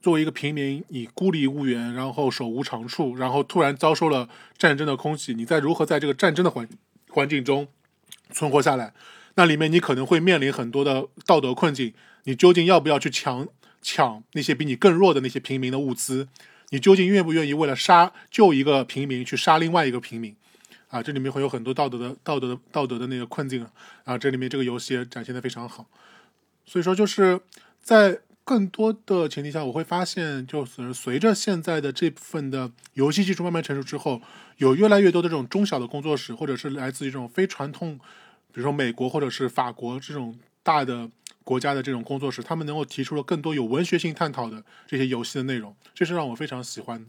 S1: 作为一个平民，你孤立无援，然后手无长处，然后突然遭受了战争的空袭，你再如何在这个战争的环环境中存活下来？那里面你可能会面临很多的道德困境，你究竟要不要去抢抢那些比你更弱的那些平民的物资？你究竟愿不愿意为了杀救一个平民去杀另外一个平民？啊，这里面会有很多道德的道德的道德的那个困境啊，这里面这个游戏也展现的非常好。所以说就是在更多的前提下，我会发现，就是随着现在的这部分的游戏技术慢慢成熟之后，有越来越多的这种中小的工作室，或者是来自于这种非传统，比如说美国或者是法国这种大的国家的这种工作室，他们能够提出了更多有文学性探讨的这些游戏的内容，这是让我非常喜欢的。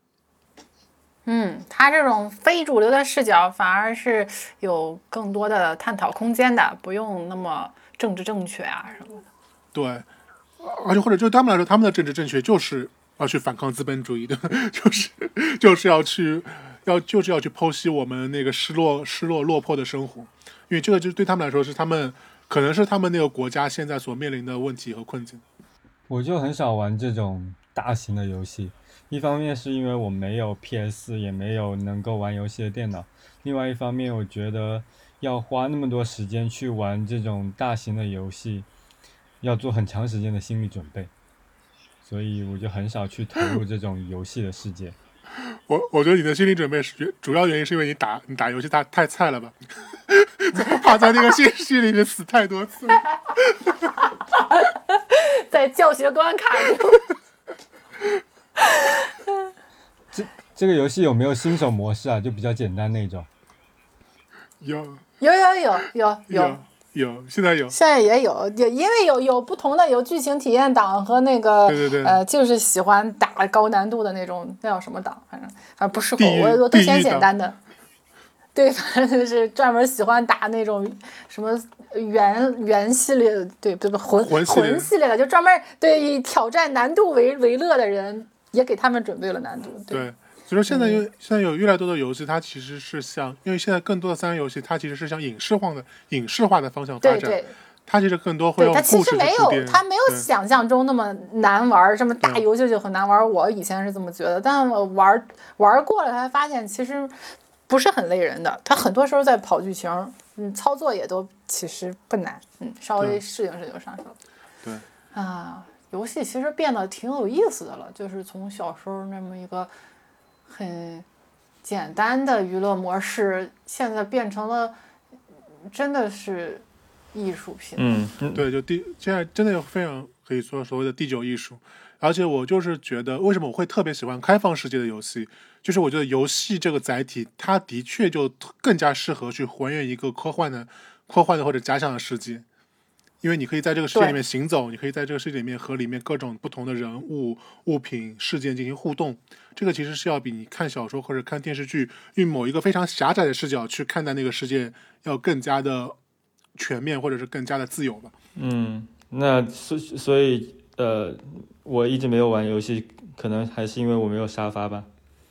S2: 嗯，他这种非主流的视角反而是有更多的探讨空间的，不用那么政治正确啊什么的。
S1: 对。而且或者就他们来说，他们的政治正确就是要去反抗资本主义的，就是就是要去要就是要去剖析我们那个失落失落落魄的生活，因为这个就对他们来说是他们可能是他们那个国家现在所面临的问题和困境。
S3: 我就很少玩这种大型的游戏，一方面是因为我没有 P S， 也没有能够玩游戏的电脑，另外一方面我觉得要花那么多时间去玩这种大型的游戏，要做很长时间的心理准备，所以我就很少去投入这种游戏的世界。
S1: 我我觉得你的心理准备是主要原因是因为你打你打游戏太太菜了吧，怕在那个现实里面死太多次，
S2: 在教学关卡中。
S3: 这这个游戏有没有新手模式啊？就比较简单那种。
S1: 有
S2: 有有有有
S1: 有有，现在有，
S2: 现在也有，有因为有有不同的，有剧情体验档和那个，
S1: 对对对，
S2: 呃，就是喜欢打高难度的那种，那叫什么档？反正啊不适合我，我都选简单的。对，反正就是专门喜欢打那种什么原原系列，对对不魂
S1: 魂
S2: 魂系列的，就专门对以挑战难度为为乐的人，也给他们准备了难度。对。
S1: 对所以说现在有、嗯、现在有越来越多的游戏，它其实是向，因为现在更多的三 A 游戏，它其实是向影视化的影视化的方向发展。
S2: 对对，
S1: 它其实更多会用故事
S2: 它其实没有，它没有想象中那么难玩，这么大游戏就很难玩。我以前是这么觉得，但我玩玩过了才发现，其实不是很累人的。它很多时候在跑剧情，嗯，操作也都其实不难，嗯，稍微适应适应就上手。
S1: 对
S2: 啊，游戏其实变得挺有意思的了，就是从小时候那么一个很简单的娱乐模式，现在变成了真的是艺术品。
S3: 嗯，
S1: 对，就第现在真的有非常可以说所谓的第九艺术。而且我就是觉得，为什么我会特别喜欢开放世界的游戏，就是我觉得游戏这个载体，它的确就更加适合去还原一个科幻的、科幻的或者假想的世界。因为你可以在这个世界里面行走，你可以在这个世界里面和里面各种不同的人物、物品、事件进行互动。这个其实是要比你看小说或者看电视剧，用某一个非常狭窄的视角去看待那个世界，要更加的全面，或者是更加的自由吧。
S3: 嗯，那所所以呃，我一直没有玩游戏，可能还是因为我没有沙发吧。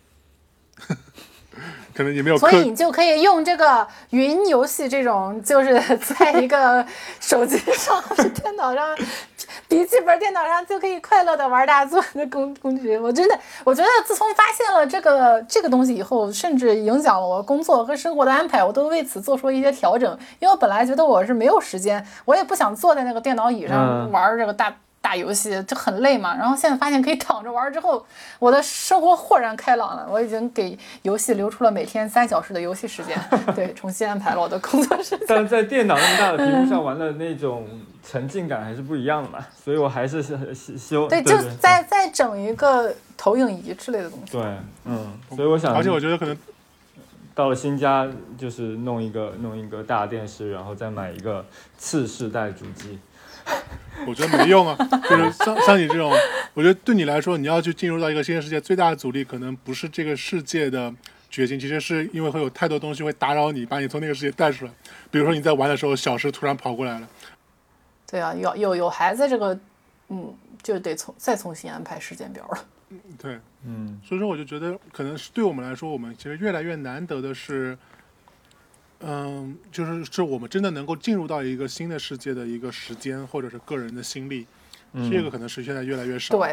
S1: 可能也没有，
S2: 所以你就可以用这个云游戏这种，就是在一个手机上或者电脑上、笔记本电脑上就可以快乐的玩大作的工工具。我真的，我觉得自从发现了这个这个东西以后，甚至影响了我工作和生活的安排，我都为此做出一些调整。因为我本来觉得我是没有时间，我也不想坐在那个电脑椅上玩这个大。嗯打游戏就很累嘛，然后现在发现可以躺着玩之后，我的生活豁然开朗了。我已经给游戏留出了每天三小时的游戏时间，对，重新安排了我的工作时间。
S3: 但在电脑那么大的屏幕上玩的那种沉浸感还是不一样的嘛，所以我还是希希望
S2: 对，就再再整一个投影仪之类的东西。
S3: 对，嗯，所以我想，
S1: 而且我觉得可能
S3: 到了新家就是弄一个弄一个大电视，然后再买一个次世代主机。
S1: 我觉得没用啊，就是像像你这种，我觉得对你来说，你要去进入到一个新的世界，最大的阻力可能不是这个世界的决心，其实是因为会有太多东西会打扰你，把你从那个世界带出来。比如说你在玩的时候，小石突然跑过来了。
S2: 对啊，有有有孩子这个，嗯，就得重再重新安排时间表了。
S1: 对，
S3: 嗯，
S1: 所以说我就觉得，可能是对我们来说，我们其实越来越难得的是。嗯，就是是我们真的能够进入到一个新的世界的一个时间，或者是个人的心力，
S3: 嗯、
S1: 这个可能是现在越来越少。
S2: 对，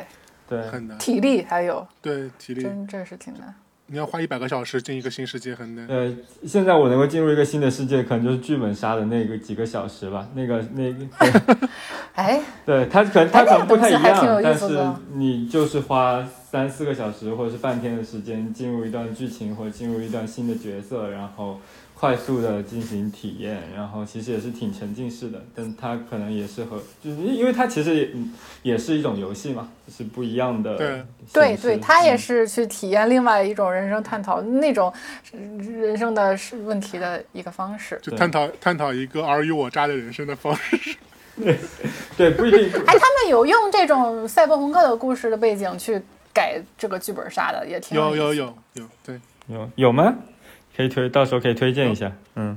S3: 对，
S1: 很难。
S2: 体力还有，
S1: 对，体力
S2: 真真是挺难。
S1: 你要花一百个小时进一个新世界很难。
S3: 呃，现在我能够进入一个新的世界，可能就是剧本杀的那个几个小时吧。那个那个，
S2: 哎，
S3: 对它可能它可能不太一
S2: 哎那个东西还挺有
S3: 样，但是
S2: 意思的
S3: 你就是花三四个小时或者是半天的时间进入一段剧情或者进入一段新的角色，然后快速的进行体验，然后其实也是挺沉浸式的，但它可能也是和就是因为它其实也也是一种游戏嘛，就是不一样的
S1: 对
S2: 对对，他也
S3: 是。
S2: 是去体验另外一种人生探讨那种人生的问题的一个方式。
S1: 就探讨探讨一个尔虞我诈的人生的方式。
S3: 对对，不一定。
S2: 哎，他们有用这种赛博朋克的故事的背景去改这个剧本杀的，也挺
S1: 有
S2: 意思
S1: 有有有，对，
S3: 有有吗？可以推，到时候可以推荐一下。嗯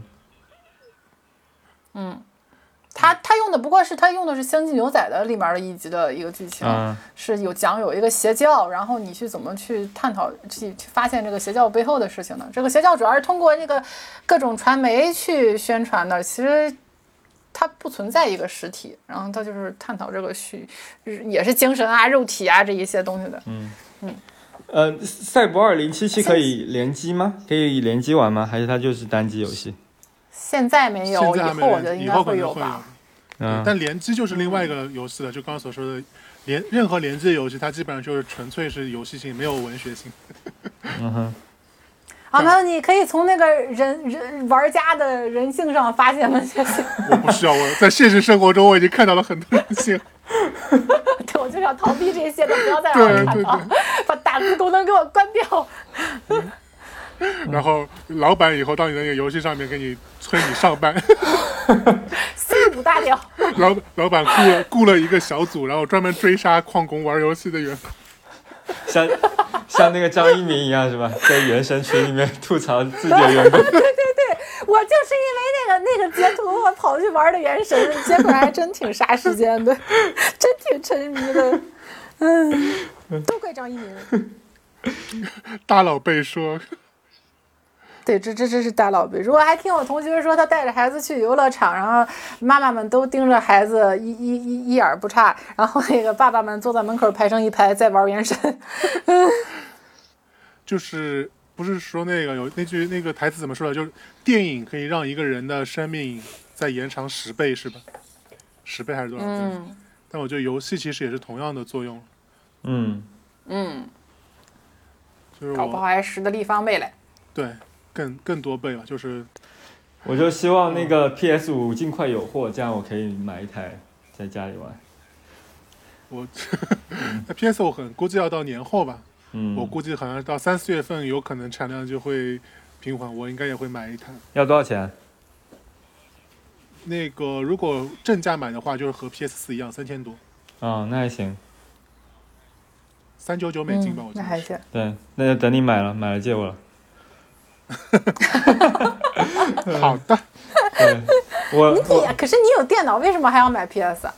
S2: 嗯，他他用的不过是他用的是《星际牛仔》的里面的一集的一个剧情，
S3: 啊
S2: 是有讲有一个邪教，然后你去怎么去探讨去去发现这个邪教背后的事情呢？这个邪教主要是通过那个各种传媒去宣传的，其实它不存在一个实体，然后它就是探讨这个虚，也是精神啊、肉体啊这一些东西的。
S3: 嗯
S2: 嗯。
S3: 呃，赛博二零七七可以联机吗？可以联机玩吗？还是它就是单机游戏？
S2: 现在没有，以
S1: 现在还没
S2: 后我觉得应该
S1: 以后可能
S2: 有吧。
S3: 嗯，
S1: 但联机就是另外一个游戏了，就刚刚所说的联任何联机的游戏，它基本上就是纯粹是游戏性，没有文学性。
S3: 嗯哼。
S2: 啊，没有，你可以从那个人人玩家的人性上发现文学性。
S1: 我不需要，我在现实生活中我已经看到了很多人性。
S2: 对，我就想逃避这些的，不要再让我看到，把打字功能给我关掉。
S1: 然后老板以后到你的那个游戏上面给你催你上班。
S2: C 五大调。
S1: 老老板雇了雇了一个小组，然后专门追杀旷工玩游戏的员工。
S3: 像像那个张一鸣一样是吧？在原神群里面吐槽自己的员工。
S2: 对对对，我就是因为那个那个截图，我跑去玩的原神，结果还真挺杀时间的，真挺沉迷的。嗯，都怪张一鸣。
S1: 大佬被说。
S2: 对，这这这是大佬辈。如果还听我同学说，他带着孩子去游乐场，然后妈妈们都盯着孩子，一一一一眼不差，然后那个爸爸们坐在门口排成一排在玩原神。
S1: 就是不是说那个有那句那个台词怎么说的？就是电影可以让一个人的生命再延长十倍，是吧？十倍还是多少倍？
S2: 嗯。
S1: 但我觉得游戏其实也是同样的作用。
S3: 嗯
S2: 嗯。
S1: 就是我
S2: 搞不好还十的立方倍嘞。
S1: 对。更更多倍了，就是
S3: 我就希望那个 P S 五 尽快有货，这样我可以买一台在家里玩。
S1: 我那 P S 五 很估计要到年后吧，
S3: 嗯，
S1: 我估计好像到三四月份有可能产量就会平缓，我应该也会买一台。
S3: 要多少钱？
S1: 那个如果正价买的话，就是和 P S 四 一样，三千多。
S3: 哦，那还行。
S1: 三九九美金吧，
S2: 嗯、
S1: 我记得。
S2: 那还行。
S3: 对，那就等你买了，买了借我了。
S1: 好的。
S3: 对，我
S2: 你可是你有电脑，为什么还要买 P S 啊？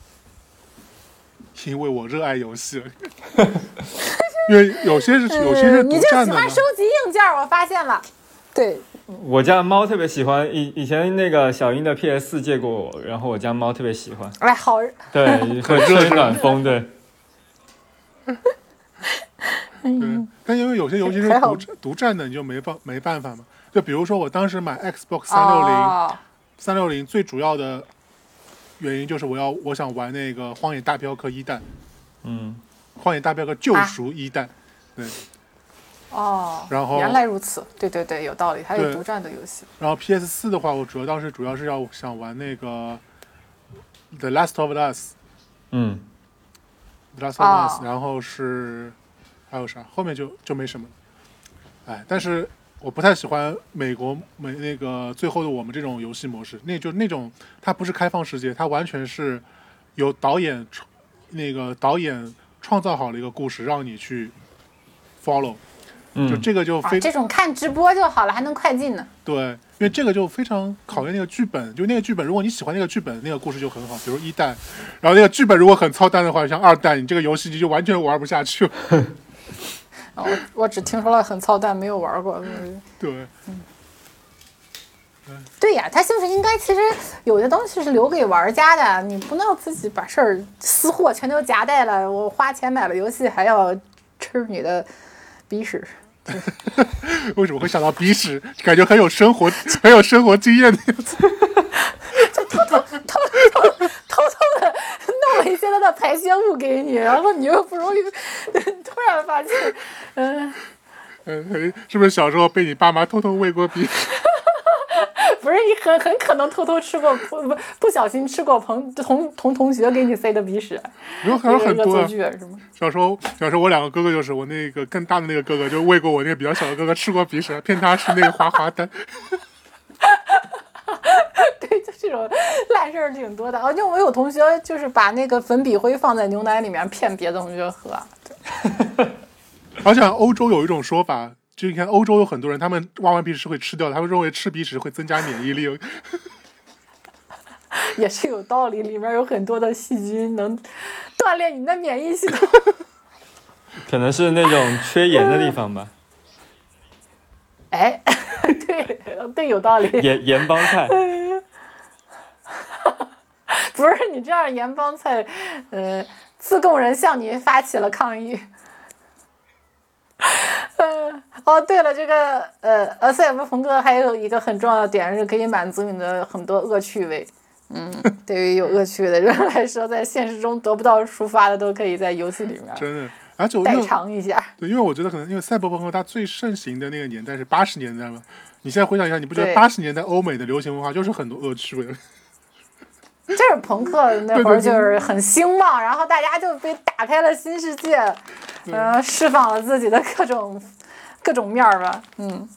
S1: 因为我热爱游戏。因为有些是有些是独占的、呃、
S2: 你就喜欢收集硬件，我发现了。对，
S3: 我家猫特别喜欢，以以前那个小英的 P S 四 借过我，然后我家猫特别喜欢。
S2: 哎，好。
S3: 对，会吹暖风，对。
S1: 对，但因为有些游戏是独独占的，你就没办没办法嘛。就比如说我当时买 Xbox 三六零，三六零最主要的原因就是我要我想玩那个《荒野大镖客》一代，
S3: 嗯，
S1: 《荒野大镖客：救赎》一代，啊、对。
S2: 哦，
S1: 然后
S2: 原来如此，对对对，有道理，还有独占的游戏。
S1: 然后 P S 四 的话，我主要当时主要是要想玩那个《The Last of Us》，
S3: 嗯，
S1: 《The Last of Us》，然后是。还有啥？后面就就没什么。哎，但是我不太喜欢美国美那个最后的我们这种游戏模式，那就那种它不是开放世界，它完全是由导演那个导演创造好了一个故事让你去 follow，
S3: 嗯，
S1: 就这个就非、
S2: 啊、这种看直播就好了，还能快进呢。
S1: 对，因为这个就非常考验那个剧本，就那个剧本，如果你喜欢那个剧本，那个故事就很好，比如一代，然后那个剧本如果很操蛋的话，像二代，你这个游戏你就完全玩不下去了。
S2: 哦、我我只听说了很操蛋，没有玩过。
S1: 对，嗯，
S2: 对呀，他就是应该，其实有些东西是留给玩家的，你不能自己把事儿私货全都夹带了。我花钱买了游戏，还要吃你的鼻屎。
S1: 为什么会想到鼻屎？感觉很有生活，很有生活经验的样子。
S2: 就偷偷偷偷偷偷的弄了一些他的排泄物给你，然后你又不容易突然发现，嗯、
S1: 呃，嗯，是不是小时候被你爸妈偷偷喂过鼻屎？
S2: 不是，你很很可能偷偷吃过，不不不小心吃过朋同同同学给你塞的鼻屎，
S1: 有很很多、啊。
S2: 是吗？
S1: 小时候，小时候我两个哥哥就是我那个更大的那个哥哥就喂过我那个比较小的哥哥吃过鼻屎，骗他吃那个滑滑蛋。
S2: 对，就这种烂事儿挺多的。而且我有同学就是把那个粉笔灰放在牛奶里面骗别的同学喝。
S1: 而且欧洲有一种说法。就你看，欧洲有很多人，他们挖完鼻屎是会吃掉的，他们认为吃鼻屎会增加免疫力。
S2: 也是有道理，里面有很多的细菌能锻炼你的免疫系统。
S3: 可能是那种缺盐的地方吧。
S2: 哎，对对，有道理。
S3: 盐盐帮菜。
S2: 不是你这样盐帮菜，呃，自贡人向你发起了抗议。呃，哦，对了，这个呃，呃，赛博朋克还有一个很重要的点是可以满足你的很多恶趣味。嗯，对于有恶趣味的人来说，在现实中得不到抒发的，都可以在游戏里面
S1: 真的，而且我
S2: 代偿一下。
S1: 对，因为我觉得可能因为赛博朋克它最盛行的那个年代是八十年代嘛，你现在回想一下，你不觉得八十年代欧美的流行文化就是很多恶趣味？
S2: 就是朋克那会儿就是很兴旺，然后大家就被打开了新世界，然后释放了自己的各种各种面儿吧，嗯。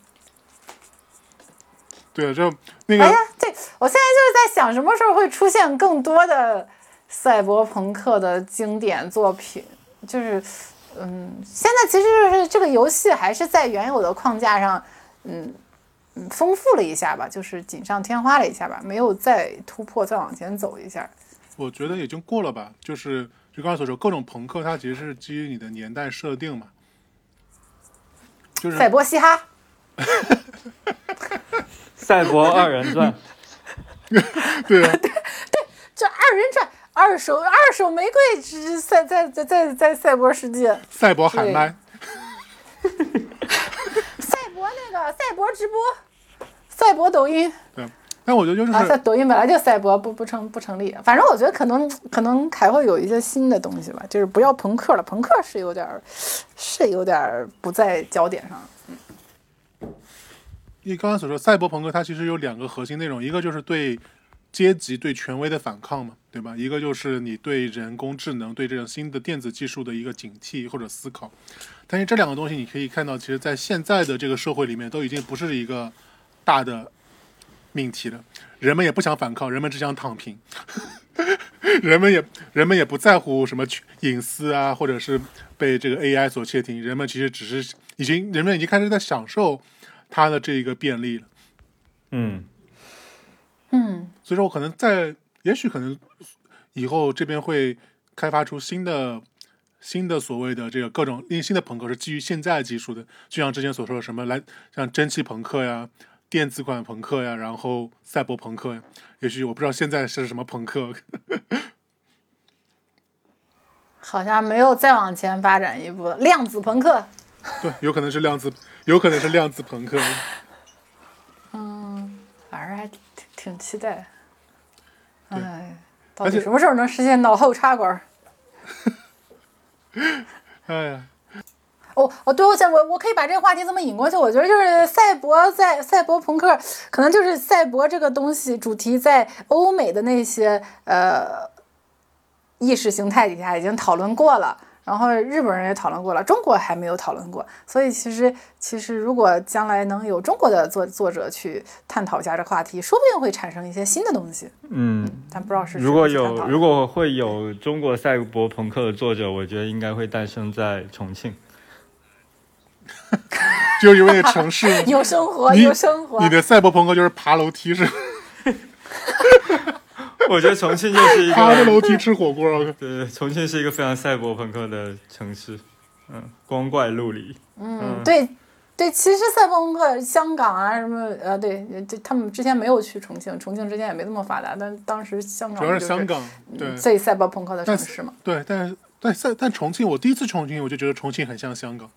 S1: 对，就那个。
S2: 哎呀，对，我现在就是在想，什么时候会出现更多的赛博朋克的经典作品？就是，嗯，现在其实就是这个游戏还是在原有的框架上，嗯。丰富了一下吧，就是锦上添花了一下吧，没有再突破，再往前走一下。
S1: 我觉得已经过了吧，就是就刚才所说，各种朋克它其实是基于你的年代设定嘛，就是
S2: 赛博嘻哈，
S3: 赛博二人转，
S1: 对啊，
S2: 对对，这二人转，二手二手玫瑰只是在在在在在赛博世界，
S1: 赛博喊麦，
S2: 赛博那个赛博直播。赛博抖音，
S1: 对，但我觉得就是
S2: 啊，在抖音本来就赛博不不成不成立，反正我觉得可能可能还会有一些新的东西吧，就是不要朋克了，朋克是有点是有点不在焦点上。
S1: 嗯，因为刚刚所说赛博朋克它其实有两个核心内容，一个就是对阶级对权威的反抗嘛，对吧？一个就是你对人工智能对这种新的电子技术的一个警惕或者思考。但是这两个东西你可以看到，其实在现在的这个社会里面都已经不是一个大的命题了，人们也不想反抗，人们只想躺平，人们也人们也不在乎什么隐私啊，或者是被这个 A I 所窃听，人们其实只是已经人们已经开始在享受它的这个便利了。
S3: 嗯
S2: 嗯，
S1: 所以说我可能在也许可能以后这边会开发出新的新的所谓的这个各种新的朋克是基于现在技术的，就像之前所说的什么来像蒸汽朋克呀、电子管朋克呀，然后赛博朋克呀，也许我不知道现在是什么朋克。
S2: 好像没有再往前发展一步，量子朋克。
S1: 对，有可能是量子，有可能是量子朋克。
S2: 嗯，反正还挺挺期待。哎，到底什么时候能实现脑后插管？
S1: 哎呀。
S2: 哦哦，对，我想我我可以把这个话题这么引过去。我觉得就是赛博在赛博朋克，可能就是赛博这个东西主题在欧美的那些呃意识形态底下已经讨论过了，然后日本人也讨论过了，中国还没有讨论过。所以其实其实如果将来能有中国的作作者去探讨一下这个话题，说不定会产生一些新的东西。
S3: 嗯，
S2: 但不知道是
S3: 如果有如果会有中国赛博朋克的作者，我觉得应该会诞生在重庆。
S1: 就因为那个城市
S2: 有生活有生活，
S1: 你的赛博朋克就是爬楼梯是吧？
S3: 我觉得重庆就是一个
S1: 爬着楼梯吃火锅。
S3: 对，重庆是一个非常赛博朋克的城市。嗯，光怪陆离。
S2: 嗯，对对，其实赛博朋克香港啊什么呃，对，对他们之前没有去重庆，重庆之前也没这么发达，但当时香港
S1: 主要是香港，对，
S2: 最赛博朋克的城市嘛。
S1: 对，但是但但但重庆，我第一次重庆我就觉得重庆很像香港。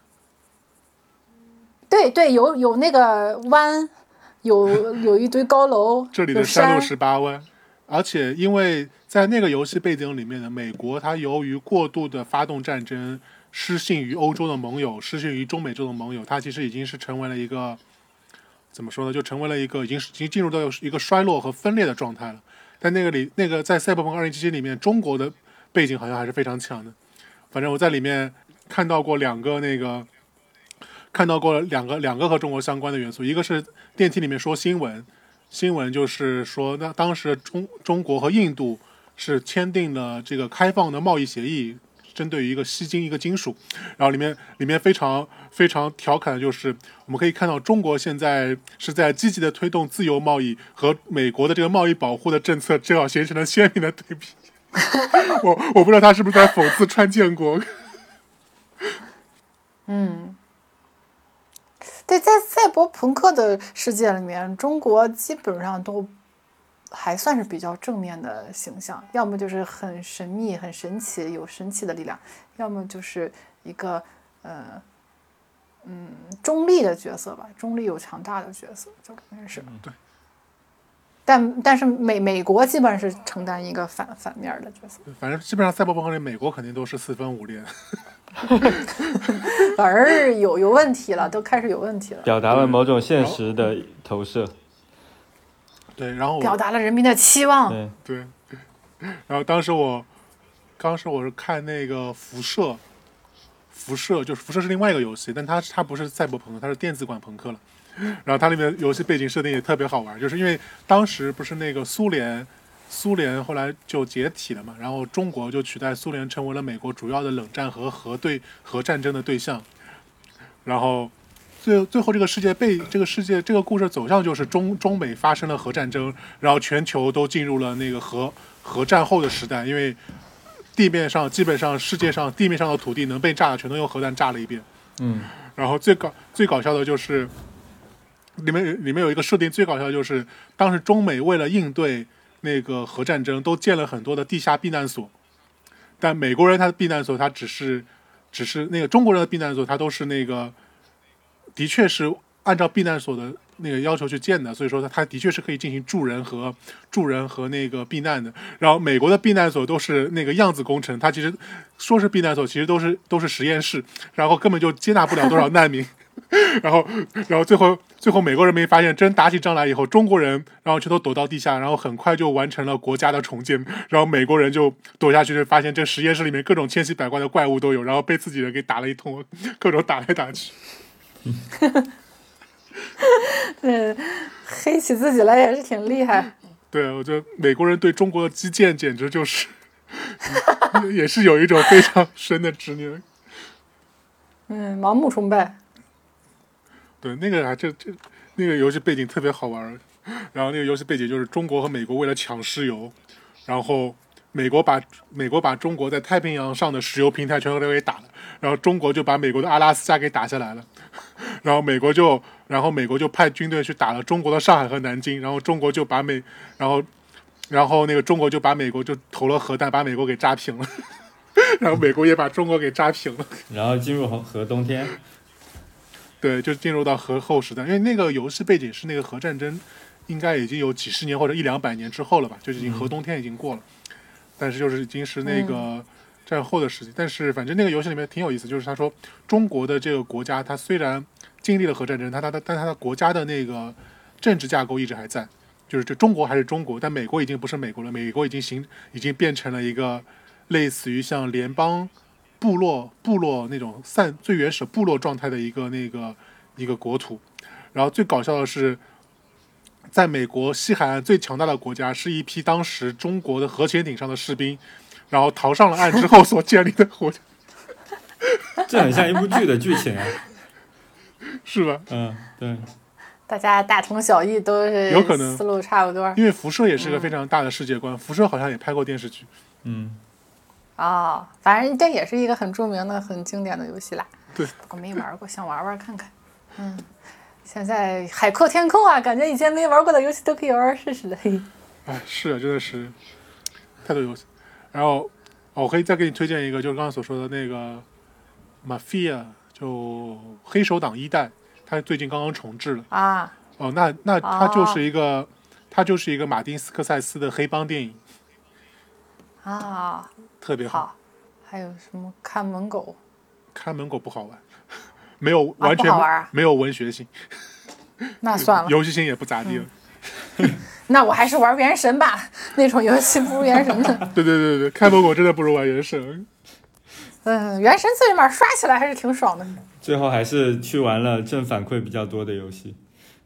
S2: 对对，有有那个湾，有有一堆高楼，
S1: 这里的山路十八弯，而且因为在那个游戏背景里面的美国，它由于过度的发动战争，失信于欧洲的盟友，失信于中美洲的盟友，它其实已经是成为了一个怎么说呢？就成为了一个已经已经进入到一个衰落和分裂的状态了。在那个里，那个在赛博朋克二零七七里面，中国的背景好像还是非常强的。反正我在里面看到过两个那个。看到过两个两个和中国相关的元素，一个是电梯里面说新闻，新闻就是说，那当时中中国和印度是签订了这个开放的贸易协议，针对于一个锡金一个金属，然后里面里面非常非常调侃的就是，我们可以看到中国现在是在积极的推动自由贸易，和美国的这个贸易保护的政策正好形成了鲜明的对比。我我不知道他是不是在讽刺川建国。
S2: 嗯。对，在赛博朋克的世界里面，中国基本上都还算是比较正面的形象，要么就是很神秘、很神奇，有神奇的力量，要么就是一个呃嗯中立的角色吧，中立有强大的角色，就感觉是。
S1: 对。
S2: 但但是美美国基本上是承担一个反反面的角色。
S1: 反正基本上赛博朋克里，美国肯定都是四分五裂。
S2: 反而有有问题了，都开始有问题了。
S3: 表达了某种现实的投射。
S1: 对，然后
S2: 表达了人民的期望。
S3: 对
S1: 对。然后当时我，当时我是看那个辐射，辐射就是辐射是另外一个游戏，但它它不是赛博朋克，它是电子管朋克了。然后它里面游戏背景设定也特别好玩，就是因为当时不是那个苏联。苏联后来就解体了嘛，然后中国就取代苏联成为了美国主要的冷战和核对核战争的对象。然后最最后这个世界被这个世界这个故事走向就是中中美发生了核战争，然后全球都进入了那个核核战后的时代，因为地面上基本上世界上地面上的土地能被炸的全都用核弹炸了一遍。
S3: 嗯，
S1: 然后最搞最搞笑的就是里面里面有一个设定最搞笑的就是当时中美为了应对那个核战争都建了很多的地下避难所，但美国人他的避难所他只是只是那个中国人的避难所他都是那个的确是按照避难所的那个要求去建的，所以说他的确是可以进行住人和住人和那个避难的。然后美国的避难所都是那个样子工程，他其实说是避难所，其实都是都是实验室，然后根本就接纳不了多少难民。然后，然后最后，最后美国人民发现，真打起仗来以后，中国人然后全都躲到地下，然后很快就完成了国家的重建。然后美国人就躲下去，就发现这实验室里面各种千奇百怪的怪物都有，然后被自己人给打了一通，各种打来打去。
S2: 嗯，黑起自己来也是挺厉害。
S1: 对，我觉得美国人对中国的基建简直就是也是有一种非常深的执念。
S2: 嗯，盲目崇拜。
S1: 对，那个啊，这这那个游戏背景特别好玩。然后那个游戏背景就是中国和美国为了抢石油，然后美国把美国把中国在太平洋上的石油平台全都给打了，然后中国就把美国的阿拉斯加给打下来了，然后美国就然后美国就派军队去打了中国的上海和南京，然后中国就把美然后然后那个中国就把美国就投了核弹，把美国给炸平了，然后美国也把中国给炸平了，
S3: 然后进入核冬天。
S1: 对，就进入到核后时代，因为那个游戏背景是那个核战争，应该已经有几十年或者一两百年之后了吧，就已经核冬天已经过了，嗯、但是就是已经是那个战后的时期。嗯、但是反正那个游戏里面挺有意思，就是他说中国的这个国家，它虽然经历了核战争，它它的但它的国家的那个政治架构一直还在，就是这中国还是中国，但美国已经不是美国了，美国已经形已经变成了一个类似于像联邦。部落部落那种散最原始部落状态的一个那个一个国土，然后最搞笑的是，在美国西海岸最强大的国家是一批当时中国的核潜艇上的士兵，然后逃上了岸之后所建立的国家。
S3: 这很像一部剧的剧情啊，
S1: 是吧？
S3: 嗯，对。
S2: 大家大同小异，都是
S1: 有可能
S2: 思路差不多。
S1: 因为辐射也是个非常大的世界观，嗯、辐射好像也拍过电视剧。
S3: 嗯。
S2: 啊、哦，反正这也是一个很著名的、很经典的游戏啦。
S1: 对，
S2: 不过没玩过，想玩玩看看。 现在海阔天空啊，感觉以前没玩过的游戏都可以玩玩试试了。嘿，
S1: 哎，是啊，真的是太多游戏。然后、哦、我可以再给你推荐一个，就是刚刚所说的那个 Mafia， 就黑手党一代，它最近刚刚重置了。
S2: 啊，
S1: 哦，那那它就是一个，它就是一个马丁斯科塞斯的黑帮电影，
S2: 啊，
S1: 特别好。
S2: 好，还有什么看门狗？
S1: 看门狗不好玩，没有完全、
S2: 不好玩啊
S1: 没有文学性，
S2: 那算了，
S1: 游戏性也不咋地了。
S2: 那我还是玩原神吧，那种游戏不如原神的。
S1: 对对对对，看门狗真的不如玩原神。
S2: 嗯，原神最起码刷起来还是挺爽的。
S3: 最后还是去玩了正反馈比较多的游戏。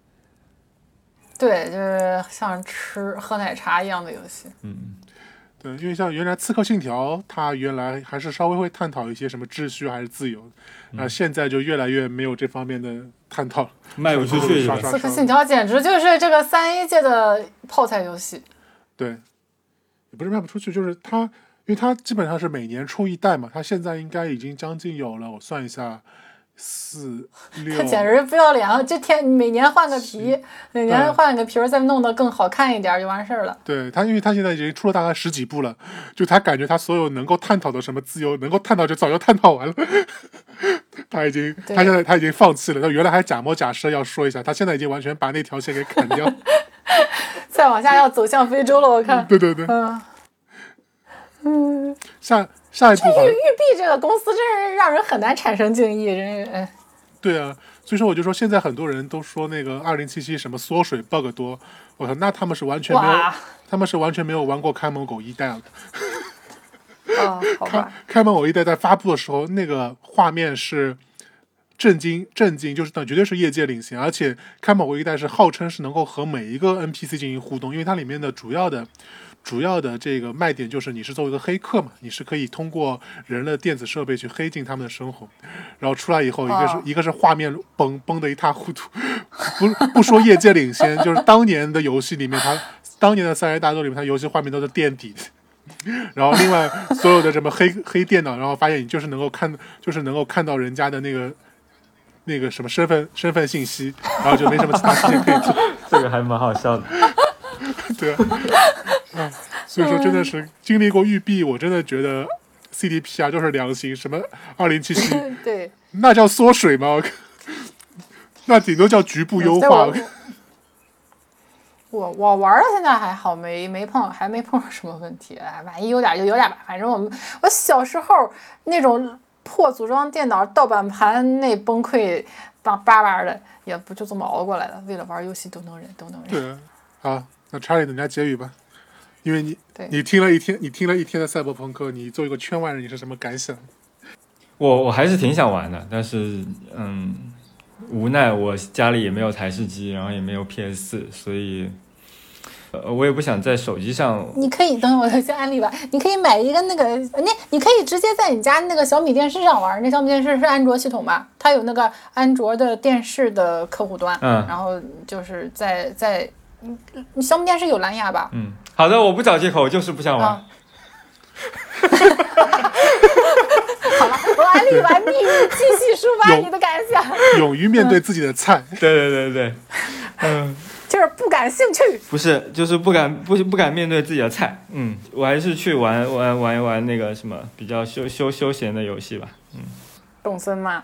S2: 对，就是像吃喝奶茶一样的游戏。
S3: 嗯，
S1: 对，因为像原来《刺客信条》，它原来还是稍微会探讨一些什么秩序还是自由，啊、嗯，现在就越来越没有这方面的探讨，
S3: 卖不出去是吧？
S2: 刺客信条简直就是这个三 A 界的泡菜游戏。
S1: 对，也不是卖不出去，就是它，因为它基本上是每年出一代嘛，它现在应该已经将近有了，我算一下。四六，
S2: 他简直不要脸了！这天每年换个皮，每年换个皮儿，再弄得更好看一点就完事儿了。
S1: 对他，因为他现在已经出了大概十几部了，就他感觉他所有能够探讨的什么自由，能够探讨就早就探讨完了。他已经，他现在他已经放弃了。他原来还假模假式要说一下，他现在已经完全把那条线给砍掉。
S2: 再往下要走向非洲了，我看。
S1: 对对对。
S2: 嗯。嗯。
S1: 下。下一步
S2: 这育育碧这个公司真是让人很难产生敬意，真是哎。
S1: 对啊，所以说我就说现在很多人都说那个二零七七什么缩水 bug 多，我说那他们是完全没有，他们是完全没有玩过看门狗一代的。
S2: 哦，好吧。
S1: 看门狗一代在发布的时候，那个画面是震惊震惊，就是那绝对是业界领先，而且看门狗一代是号称是能够和每一个 N P C 进行互动，因为它里面的主要的。主要的这个卖点就是你是作为一个黑客嘛，你是可以通过人的电子设备去黑进他们的生活，然后出来以后，一个是、哦、一个是画面崩崩得一塌糊涂，不不说业界领先，就是当年的游戏里面，它当年的三 A 大作里面，它游戏画面都是垫底的，然后另外所有的什么黑黑电脑，然后发现你就是能够看，就是能够看到人家的那个那个什么身份身份信息，然后就没什么其他事情可以做，
S3: 这个还蛮好笑的。
S1: 对啊。啊，所以说真的是经历过育碧，我真的觉得 C D P R 就是良心。什么二零七七，
S2: 对，
S1: 那叫缩水吗？那顶多叫局部优化。
S2: 我我玩到现在还好，没没碰，还没碰上什么问题。哎，万一有点就有点吧。反正我们我小时候那种破组装电脑、盗版盘那崩溃，叭叭叭的，也不就这么熬过来的。为了玩游戏都能忍，都能忍。
S1: 对啊，好，那查理，人家结语吧。因为你你听了一天，你听了一天的赛博朋克，你作为一个圈外人，你是什么感想？
S3: 我我还是挺想玩的，但是嗯，无奈我家里也没有台式机，然后也没有 P S 四，所以呃，我也不想在手机上。
S2: 你可以等我先安利吧，你可以买一个那个，你你可以直接在你家那个小米电视上玩，那小米电视是安卓系统吧？它有那个安卓的电视的客户端，
S3: 嗯，
S2: 然后就是在在。你小米电视有蓝牙吧？
S3: 嗯，好的，我不找借口，我就是不想玩。
S2: 啊、好了，我安利完毕，继续抒发你的感想。
S1: 勇于面对自己的菜，
S3: 嗯、对对对对，嗯，
S2: 就是不感兴趣。
S3: 不是，就是不敢不不敢面对自己的菜。嗯，我还是去玩玩玩一玩那个什么比较休休休闲的游戏吧。嗯，
S2: 动森吗？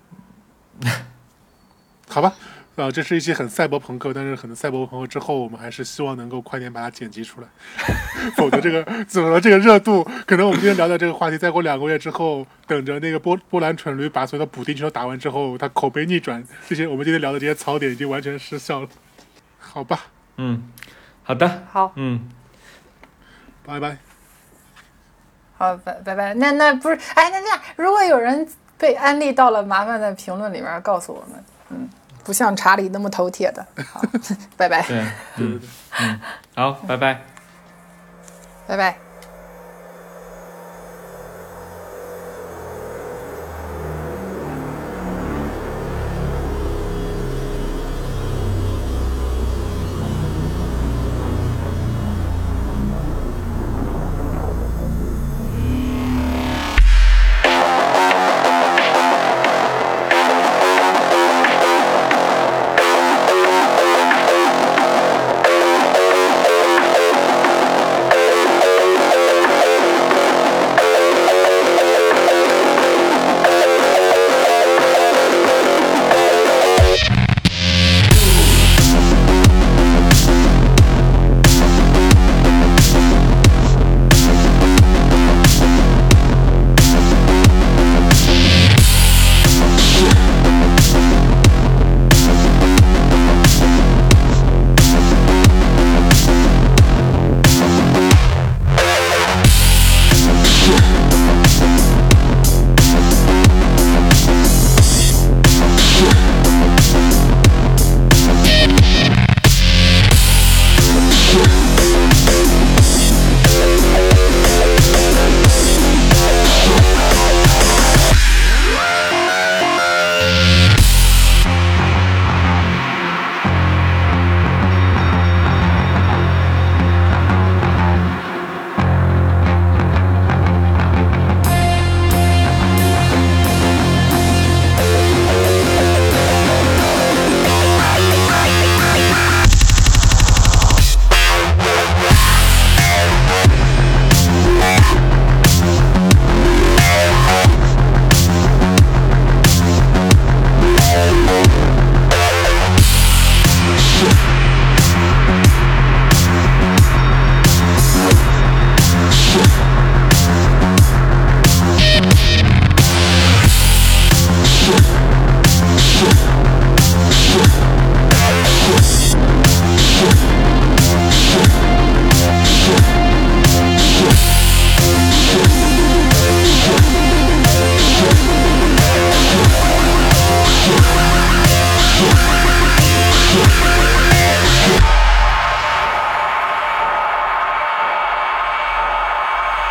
S1: 好吧。啊，这是一期很赛博朋克，但是可能赛博朋克之后，我们还是希望能够快点把它剪辑出来，否则这个怎么这个热度，可能我们今天聊的这个话题，再过两个月之后，等着那个波波兰蠢驴把所有的补丁球打完之后，它口碑逆转，这些我们今天聊的这些槽点已经完全失效了，好吧？
S3: 嗯，好的，
S2: 好，
S3: 嗯，
S1: 拜拜。
S2: 好，拜拜拜。那那不是，哎，那这样，如果有人被安利到了，麻烦在评论里面告诉我们，嗯。不像查理那么头铁的，好，拜拜。
S3: 对，嗯嗯，好，拜拜，
S2: 拜拜。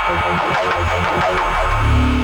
S2: 拜。